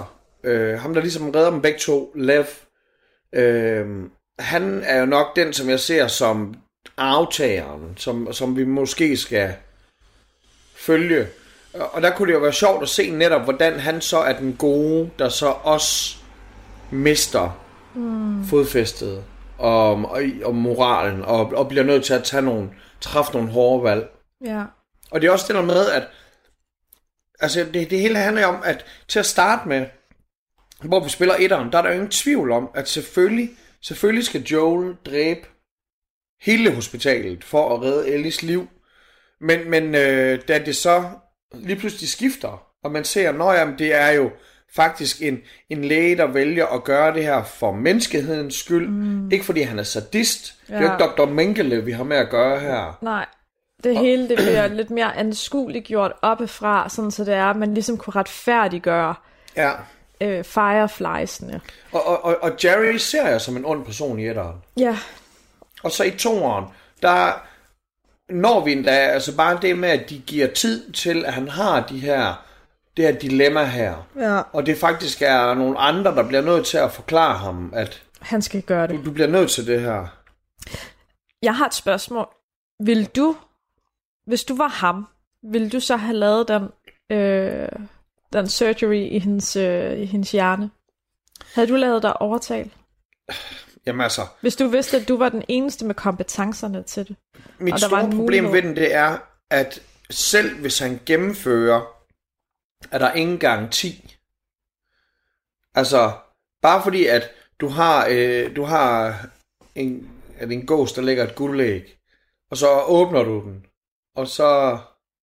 Speaker 3: øh, ham der ligesom redder dem begge to, Lev, øh, han er jo nok den, som jeg ser som aftageren, som, som vi måske skal følge. Og der kunne det jo være sjovt at se netop, hvordan han så er den gode, der så også mister mm. fodfæstet og, og, og moralen, og, og bliver nødt til at tage nogle, træffe nogle hårde valg.
Speaker 2: Ja.
Speaker 3: Og det er også det der med, at altså det, det hele handler om, at til at starte med, hvor vi spiller etteren, der er der jo ingen tvivl om, at selvfølgelig, selvfølgelig skal Joel dræbe hele hospitalet for at redde Ellies liv. Men, men øh, da det så lige pludselig skifter, og man ser, at det er jo faktisk en, en læge, der vælger at gøre det her for menneskehedens skyld. Mm. Ikke fordi han er sadist. Ja. Det er jo ikke doktor Mengele, vi har med at gøre her.
Speaker 2: Nej, det hele det bliver lidt mere anskueligt gjort oppefra, sådan så det er, at man ligesom kunne retfærdiggøre
Speaker 3: ja.
Speaker 2: øh, Fireflies'ene.
Speaker 3: Og, og, og, og Jerry ser jeg som en ond person i etteren.
Speaker 2: Ja.
Speaker 3: Og så i toeren, der når vi endda, altså bare det med, at de giver tid til, at han har de her, det her dilemma her.
Speaker 2: Ja.
Speaker 3: Og det faktisk er nogle andre, der bliver nødt til at forklare ham, at
Speaker 2: han skal gøre det.
Speaker 3: Du, du bliver nødt til det her.
Speaker 2: Jeg har et spørgsmål. Vil du, hvis du var ham, ville du så have lavet den, øh, den surgery i hendes, øh, i hendes hjerne? Havde du lavet dig overtale?
Speaker 3: Jamen altså...
Speaker 2: Hvis du vidste, at du var den eneste med kompetencerne til det.
Speaker 3: Mit store problem ved den, det er, at selv hvis han gennemfører, er der ingen garanti. Altså, bare fordi, at du har, øh, du har en, at en gås, der lægger et guldæg, og så åbner du den, og så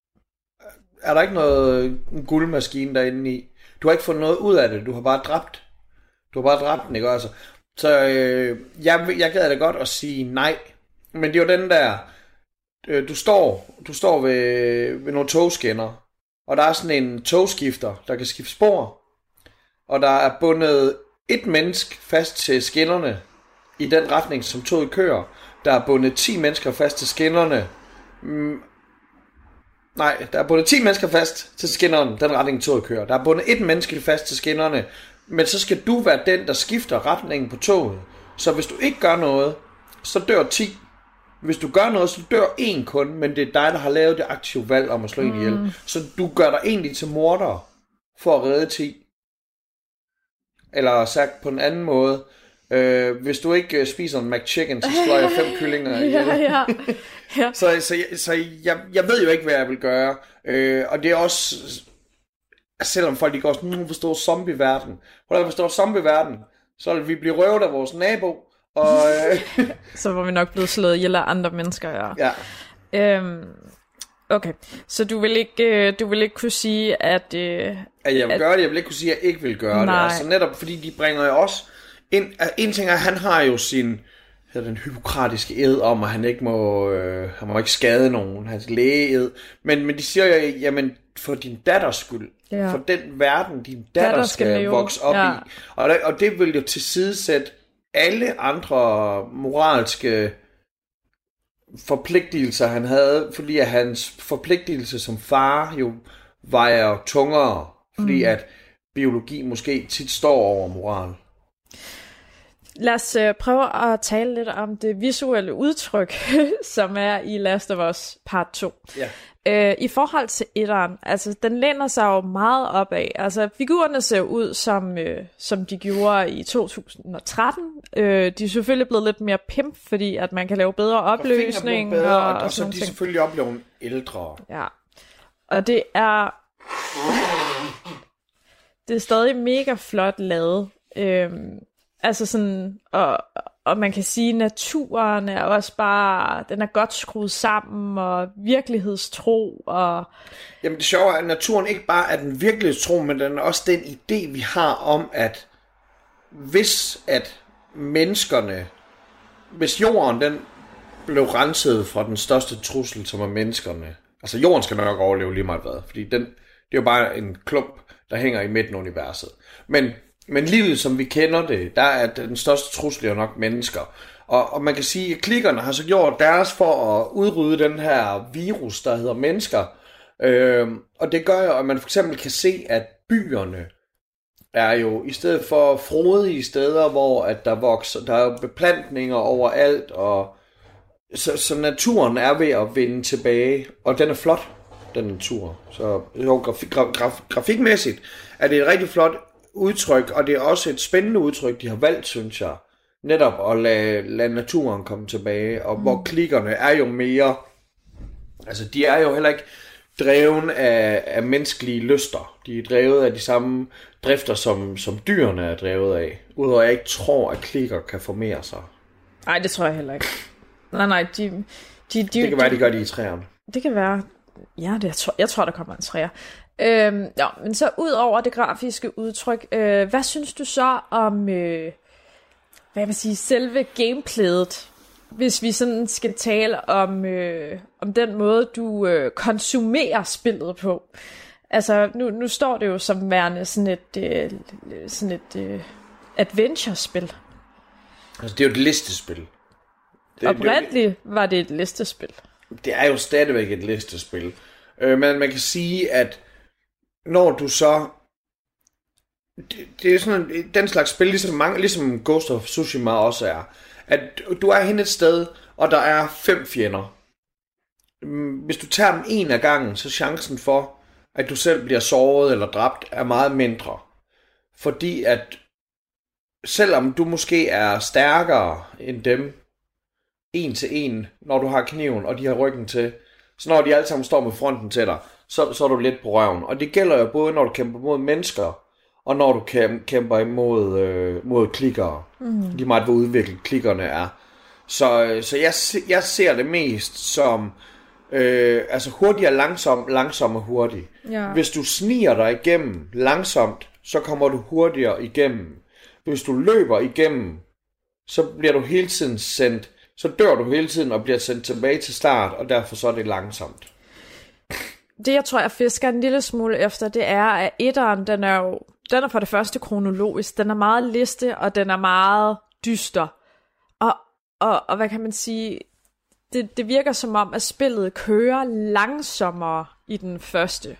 Speaker 3: er der ikke noget en guldmaskine derinde i. Du har ikke fået noget ud af det, du har bare dræbt. Du har bare dræbt den, ikke altså? Så øh, jeg, jeg gad da godt at sige nej. Men det er jo den der, øh, du står, du står ved, ved nogle togskinner, og der er sådan en togskifter, der kan skifte spor, og der er bundet et menneske fast til skinnerne i den retning, som toget kører. Der er bundet ti mennesker fast til skinnerne. Mm, nej, der er bundet ti mennesker fast til skinnerne, den retning toget kører. Der er bundet et menneske fast til skinnerne, men så skal du være den, der skifter retningen på toget. Så hvis du ikke gør noget, så dør ti. Hvis du gør noget, så dør en kun, men det er dig, der har lavet det aktive valg om at slå en ihjel. Mm. Så du gør dig egentlig til morder for at redde ti. Eller sagt på en anden måde, øh, hvis du ikke spiser en McChicken, så slår jeg fem kyllinger ihjel.
Speaker 2: ja, ja. Ja.
Speaker 3: så så, så jeg, jeg ved jo ikke, hvad jeg vil gøre. Øh, og det er også... Selvom folk de går sådan, nu forstår zombie-verden. Hvordan forstår zombie-verden? Så vil vi blive røvet af vores nabo. Og, øh...
Speaker 2: så var vi nok blevet slået ihjel af andre mennesker, ja.
Speaker 3: ja.
Speaker 2: Øhm, okay, så du vil ikke, du vil ikke kunne sige, at... Øh,
Speaker 3: at jeg vil
Speaker 2: at...
Speaker 3: gøre det, jeg vil ikke kunne sige, at jeg ikke vil gøre
Speaker 2: Nej.
Speaker 3: det. Altså netop fordi de bringer jo også... En, en ting er, at han har jo sin... den hypokratiske ed om, at han ikke må, øh, han må ikke skade nogen, hans lægeed. Men, men de siger jo, jamen for din datters skyld, ja. For den verden, din datter, datter skal, skal vokse op ja. i. Og, der, og det vil jo tilsidesætte alle andre moralske forpligtelser, han havde, fordi at hans forpligtelse som far jo vejer tungere, fordi mm. at biologi måske tit står over moral.
Speaker 2: Lad os øh, prøve at tale lidt om det visuelle udtryk, som er i Last of Us part to.
Speaker 3: Ja.
Speaker 2: Øh, I forhold til etteren, altså den læner sig jo meget opad. Altså figurerne ser ud som, øh, som de gjorde i to tusind og tretten. Øh, de er selvfølgelig blevet lidt mere pimp, fordi at man kan lave bedre opløsning.
Speaker 3: Og, bedre,
Speaker 2: og,
Speaker 3: og, og så er de selvfølgelig oplevet ældre.
Speaker 2: Ja, og det er... det er stadig mega flot lavet. Øh, Altså sådan, og, og man kan sige, at naturen er også bare, den er godt skruet sammen, og virkelighedstro, og...
Speaker 3: Jamen det sjove er, at naturen ikke bare er den virkelighedstro, men den er også den idé, vi har om, at hvis at menneskerne, hvis jorden, den blev renset fra den største trussel, som er menneskerne, altså jorden skal nok overleve lige meget hvad, fordi den, det er jo bare en klump, der hænger i midten af universet. Men Men livet, som vi kender det, der er den største trussel jo nok mennesker. Og, og man kan sige, at klikkerne har så gjort deres for at udrydde den her virus, der hedder mennesker. Øh, og det gør jo, at man for eksempel kan se, at byerne er jo, i stedet for frodige steder, hvor at der vokser, der er jo beplantninger overalt, og så, så naturen er ved at vende tilbage, og den er flot, den natur. Så jo, grafik, graf, grafikmæssigt er det et rigtig flot udtryk, og det er også et spændende udtryk, de har valgt, synes jeg, netop at lade, lade naturen komme tilbage, og mm. hvor klikkerne er jo mere, altså de er jo heller ikke dreven af, af menneskelige lyster. De er drevet af de samme drifter, som, som dyrene er drevet af. Udover at jeg ikke tror, at klikker kan formere sig.
Speaker 2: Nej, det tror jeg heller ikke. Nej, nej, de... de, de
Speaker 3: det kan de, være, de gør det i træerne.
Speaker 2: Det kan være... Ja, det, jeg, tror, jeg tror, der kommer en træer. Øhm, ja, men så ud over det grafiske udtryk, øh, hvad synes du så om... Øh, hvad man sige, selve gameplayet? Hvis vi sådan skal tale om, øh, om den måde, du øh, konsumerer spillet på. Altså, nu, nu står det jo som værende sådan et, øh, sådan et øh, adventure-spil.
Speaker 3: Altså, det er jo et listespil. Det,
Speaker 2: Oprindeligt det, var det et listespil.
Speaker 3: Det er jo stadigvæk et listespil. Øh, men man kan sige, at når du så... Det, det er sådan en, den slags spil, ligesom, mange, ligesom Ghost of Tsushima også er. At du er hen et sted, og der er fem fjender. Hvis du tager dem en af gangen, så chancen for, at du selv bliver såret eller dræbt, er meget mindre. Fordi at selvom du måske er stærkere end dem, en til en, når du har kniven, og de har ryggen til, så når de alle sammen står med fronten til dig, så, så er du lidt på røven. Og det gælder jo både, når du kæmper mod mennesker, og når du kæmper imod øh, mod klikkere. Mm. Lige meget, hvor udviklet klikkerne er. Så, så jeg, jeg ser det mest som øh, altså hurtig og langsom, langsom og hurtig.
Speaker 2: Ja.
Speaker 3: Hvis du sniger dig igennem langsomt, så kommer du hurtigere igennem. Hvis du løber igennem, så bliver du hele tiden sendt, så dør du hele tiden og bliver sendt tilbage til start, og derfor så er det langsomt.
Speaker 2: Det jeg tror, jeg fisker en lille smule efter, det er, at etteren, den er jo den er for det første kronologisk, den er meget liste, og den er meget dyster. Og, og, og hvad kan man sige, det, det virker som om, at spillet kører langsommere i den første.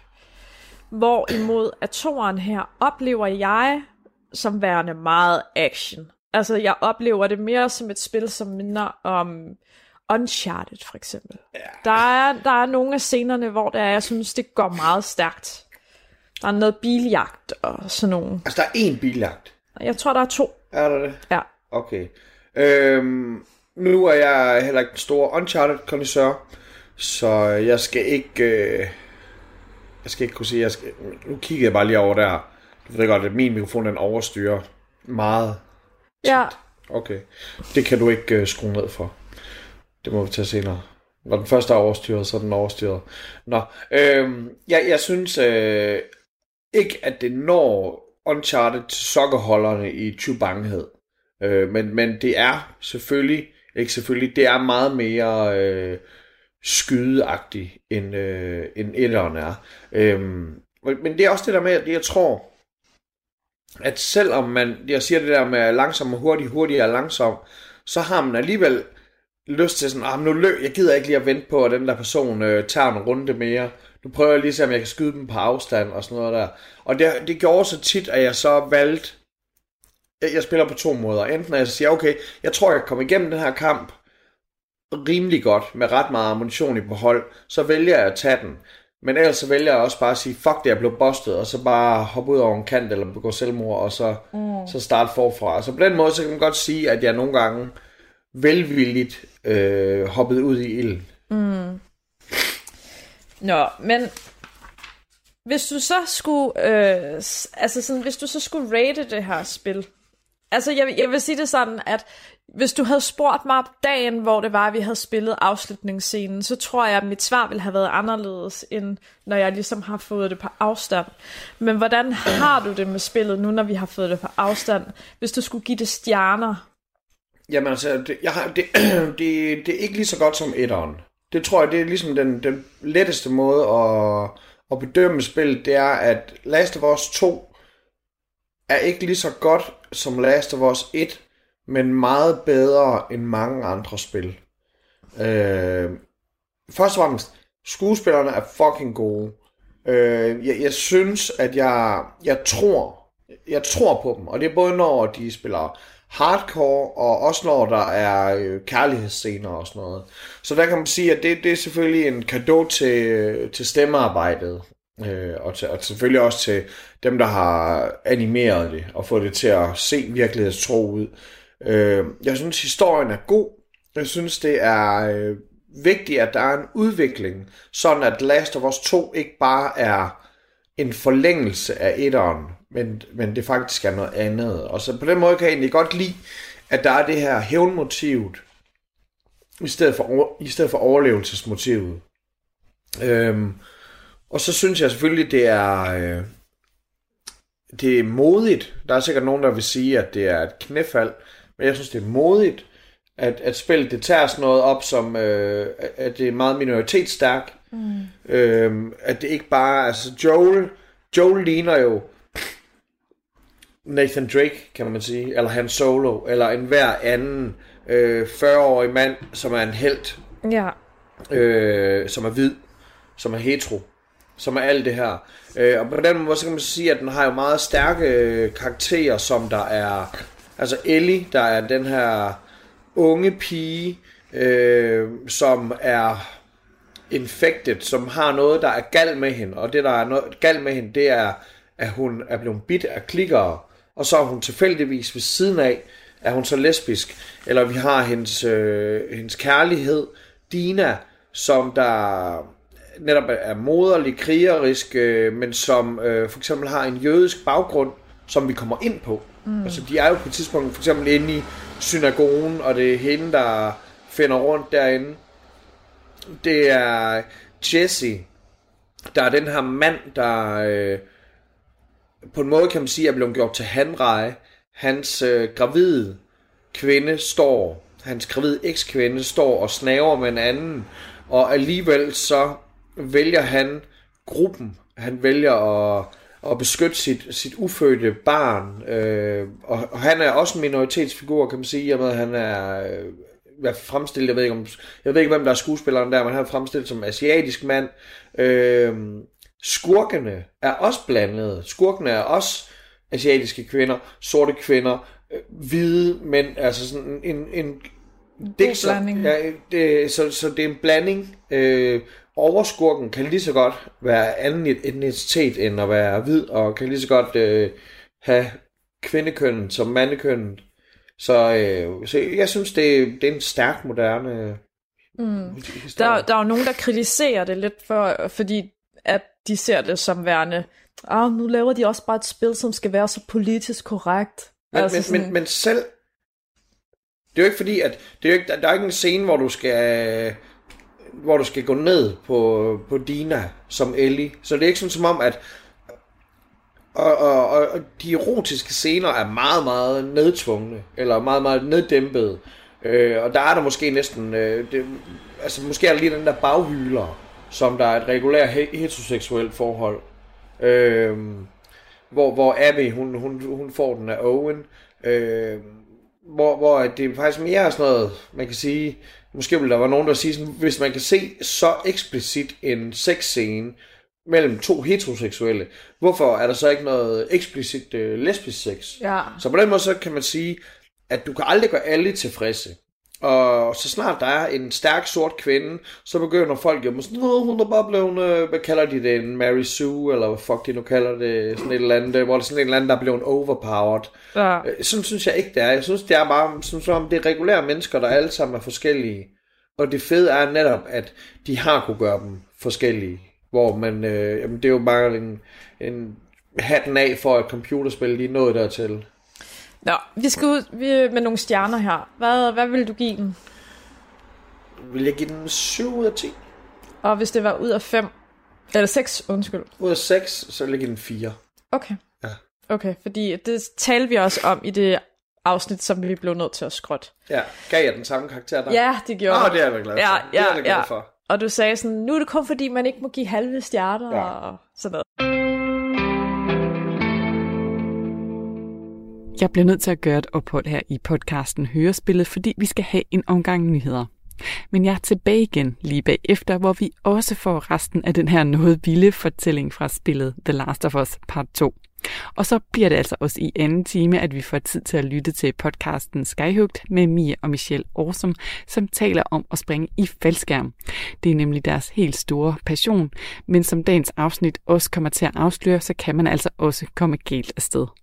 Speaker 2: Hvorimod at toeren her oplever jeg som værende meget action. Altså jeg oplever det mere som et spil, som minder om Uncharted for eksempel. Ja. Der er, der er nogle af scenerne, hvor der er, jeg synes, det går meget stærkt. Der er noget biljagt og sådan nogle.
Speaker 3: Altså, der er én biljagt?
Speaker 2: Jeg tror, der er to.
Speaker 3: Er der det?
Speaker 2: Ja.
Speaker 3: Okay. Øhm, nu er jeg heller ikke en stor Uncharted-kondisseur, så jeg skal ikke... Øh, jeg skal ikke kunne sige... Jeg skal, nu kigger jeg bare lige over der. Du ved godt, at min mikrofon den overstyrer meget.
Speaker 2: Ja.
Speaker 3: Okay. Det kan du ikke øh, skrue ned for. Det må vi tage senere. Når den første er overstyret, så er den overstyret. Nå, øhm, jeg, jeg synes... Øh, ikke, at det når Uncharted til sokkerholderne i tjubanghed. Øh, men, men det er selvfølgelig, ikke selvfølgelig, det er meget mere øh, skydeagtigt, end, øh, end etteren er. Øh, men det er også det der med, at jeg tror, at selvom man, jeg siger det der med langsom og hurtig, hurtig og langsom, så har man alligevel lyst til sådan, ah, nu løb, jeg gider ikke lige at vente på, at den der person øh, tager en runde mere. Nu prøver jeg lige at se, om jeg kan skyde dem på afstand og sådan noget der. Og det, det gjorde så tit, at jeg så valgte, jeg, jeg spiller på to måder. Enten at jeg siger, okay, jeg tror, jeg kan komme igennem den her kamp rimelig godt, med ret meget ammunition i behold, så vælger jeg at tage den. Men ellers så vælger jeg også bare at sige, fuck det, jeg blev bustet, og så bare hoppe ud over en kant, eller begå selvmord, og så, mm. så starte forfra. Så på den måde, så kan man godt sige, at jeg nogle gange velvilligt øh, hoppede ud i ilden.
Speaker 2: Mm. Nå, men hvis du så skulle, øh, altså sådan, hvis du så skulle rate det her spil, altså jeg, jeg vil sige det sådan, at hvis du havde spurgt mig dagen, hvor det var, at vi havde spillet afslutningsscenen, så tror jeg, at mit svar ville have været anderledes, end når jeg ligesom har fået det på afstand. Men hvordan har du det med spillet nu, når vi har fået det på afstand, hvis du skulle give det stjerner?
Speaker 3: Jamen altså, det, jeg har, det, det, det er ikke lige så godt som etteren. Det tror jeg, det er ligesom den, den letteste måde at, at bedømme spillet, det er, at Last of Us to er ikke lige så godt som Last of Us et, men meget bedre end mange andre spil. Øh, først og fremmest, skuespillerne er fucking gode. Øh, jeg, jeg synes, at jeg, jeg tror, jeg tror på dem, og det er både når de spiller hardcore, og også når der er øh, kærlighedsscener og sådan noget. Så der kan man sige, at det, det er selvfølgelig en cadeau til, til stemmearbejdet, øh, og, til, og selvfølgelig også til dem, der har animeret det, og fået det til at se virkelighedstro ud. Øh, jeg synes, historien er god. Jeg synes, det er øh, vigtigt, at der er en udvikling, sådan at Last of Us to ikke bare er en forlængelse af etteren, men, men det faktisk er noget andet. Og så på den måde kan jeg egentlig godt lide, at der er det her hævnmotivet, i stedet for, i stedet for overlevelsesmotivet. Øhm, og så synes jeg selvfølgelig, det er, øh, det er modigt. Der er sikkert nogen, der vil sige, at det er et knæfald, men jeg synes, det er modigt, at, at spillet det tager sådan noget op, som øh, at det er meget minoritetsstærkt. Mm. Øhm, at det ikke bare, altså Joel, Joel ligner jo Nathan Drake, kan man sige, eller Han Solo, eller en hver anden øh, fyrre-årig mand, som er en helt,
Speaker 2: ja.
Speaker 3: øh, som er hvid, som er hetero, som er alt det her. Øh, og på den måde, så kan man sige, at den har jo meget stærke øh, karakterer, som der er, altså Ellie, der er den her unge pige, øh, som er infected, som har noget, der er galt med hende, og det, der er noget galt med hende, det er, at hun er blevet bidt af klikkere, og så er hun tilfældigvis ved siden af, er hun så lesbisk, eller vi har hendes, øh, hendes kærlighed, Dina, som der netop er moderlig, krigerisk, øh, men som øh, for eksempel har en jødisk baggrund, som vi kommer ind på. Mm. Altså, de er jo på et tidspunkt for eksempel inde i synagogen, og det er hende, der finder rundt derinde. Det er Jesse, der er den her mand, der øh, på en måde kan man sige, er blevet gjort til hanreje. Hans øh, gravide kvinde står, hans gravide ekskvinde står og snaver med en anden, og alligevel så vælger han gruppen. Han vælger at, at beskytte sit, sit ufødte barn, øh, og, og han er også en minoritetsfigur, kan man sige, i og med at han er øh, fremstillet, jeg ved ikke om, jeg ved ikke hvem der er skuespilleren der, men han er fremstillet som asiatisk mand. Øh, skurkene er også blandede. Skurkene er også asiatiske kvinder, sorte kvinder, øh, hvide mænd, altså sådan en en det,
Speaker 2: blanding.
Speaker 3: Ja, det, så, så det er en blanding. Øh, overskurken kan lige så godt være anden etnicitet end at være hvid, og kan lige så godt øh, have kvindekønnet som mandekønnet. Så, øh, så jeg synes, det, det er en stærk, moderne
Speaker 2: mm. der, der er jo nogen, der kritiserer det lidt, for, fordi at de ser det som værende, ah, nu laver de også bare et spil, som skal være så politisk korrekt.
Speaker 3: Men,
Speaker 2: altså
Speaker 3: men,
Speaker 2: sådan...
Speaker 3: men, men selv, det er jo ikke fordi, at det er jo ikke, der, der er ikke en scene, hvor du skal, hvor du skal gå ned på, på Dina som Ellie. Så det er ikke sådan som om, at Og, og, og de erotiske scener er meget, meget nedtvungne, eller meget, meget neddæmpede. Øh, og der er der måske næsten, øh, det, altså måske er der lige den der baghyler, som der er et regulært heteroseksuelt forhold. Øh, hvor, hvor Abby, hun, hun, hun får den af Owen. Øh, hvor, hvor det er faktisk mere sådan noget, man kan sige, måske vil der være nogen, der siger sådan, hvis man kan se så eksplicit en sexscene mellem to heteroseksuelle, hvorfor er der så ikke noget eksplicit øh, lesbisk sex?
Speaker 2: Ja.
Speaker 3: Så på den måde så kan man sige, at du kan aldrig gøre alle tilfredse. Og så snart der er en stærk sort kvinde, så begynder folk jo med sådan, Nå, hun er bare blevet, øh, hvad kalder de det, en Mary Sue, eller hvad fuck de nu kalder det, sådan et eller andet, hvor det er sådan et eller andet, der er blevet overpowered.
Speaker 2: Ja.
Speaker 3: Sådan synes jeg ikke, det er. Jeg synes, det er bare, sådan, som det er regulære mennesker, der alle sammen er forskellige. Og det fede er netop, at de har kunne gøre dem forskellige. Hvor man, øh, jamen det er jo bare en, en hatten af for et computerspil lige nået dertil.
Speaker 2: Nå, vi skal ud med nogle stjerner her. Hvad, hvad vil du give den?
Speaker 3: Vil jeg give den syv ud af ti?
Speaker 2: Og hvis det var ud af fem, eller seks, undskyld.
Speaker 3: Ud af seks, så vil jeg give den fire.
Speaker 2: Okay.
Speaker 3: Ja.
Speaker 2: Okay, fordi det talte vi også om i det afsnit, som vi blev nødt til at skrotte.
Speaker 3: Ja, gav jeg den samme karakter der?
Speaker 2: Ja, det gjorde
Speaker 3: Åh, oh, det er jeg glad for.
Speaker 2: Ja, ja,
Speaker 3: det er jeg glad
Speaker 2: ja.
Speaker 3: for.
Speaker 2: Og du sagde sådan, nu er det kun fordi, man ikke må give halve stjerner ja. og sådan noget.
Speaker 1: Jeg bliver nødt til at gøre et ophold her i podcasten Hørespillet, fordi vi skal have en omgang nyheder. Men jeg er tilbage igen lige bagefter, hvor vi også får resten af den her noget vilde fortælling fra spillet The Last of Us Part to. Og så bliver det altså også i anden time, at vi får tid til at lytte til podcasten Skyhugt med Mia og Michelle Awesome, som taler om at springe i faldskærm. Det er nemlig deres helt store passion, men som dagens afsnit også kommer til at afsløre, så kan man altså også komme galt afsted.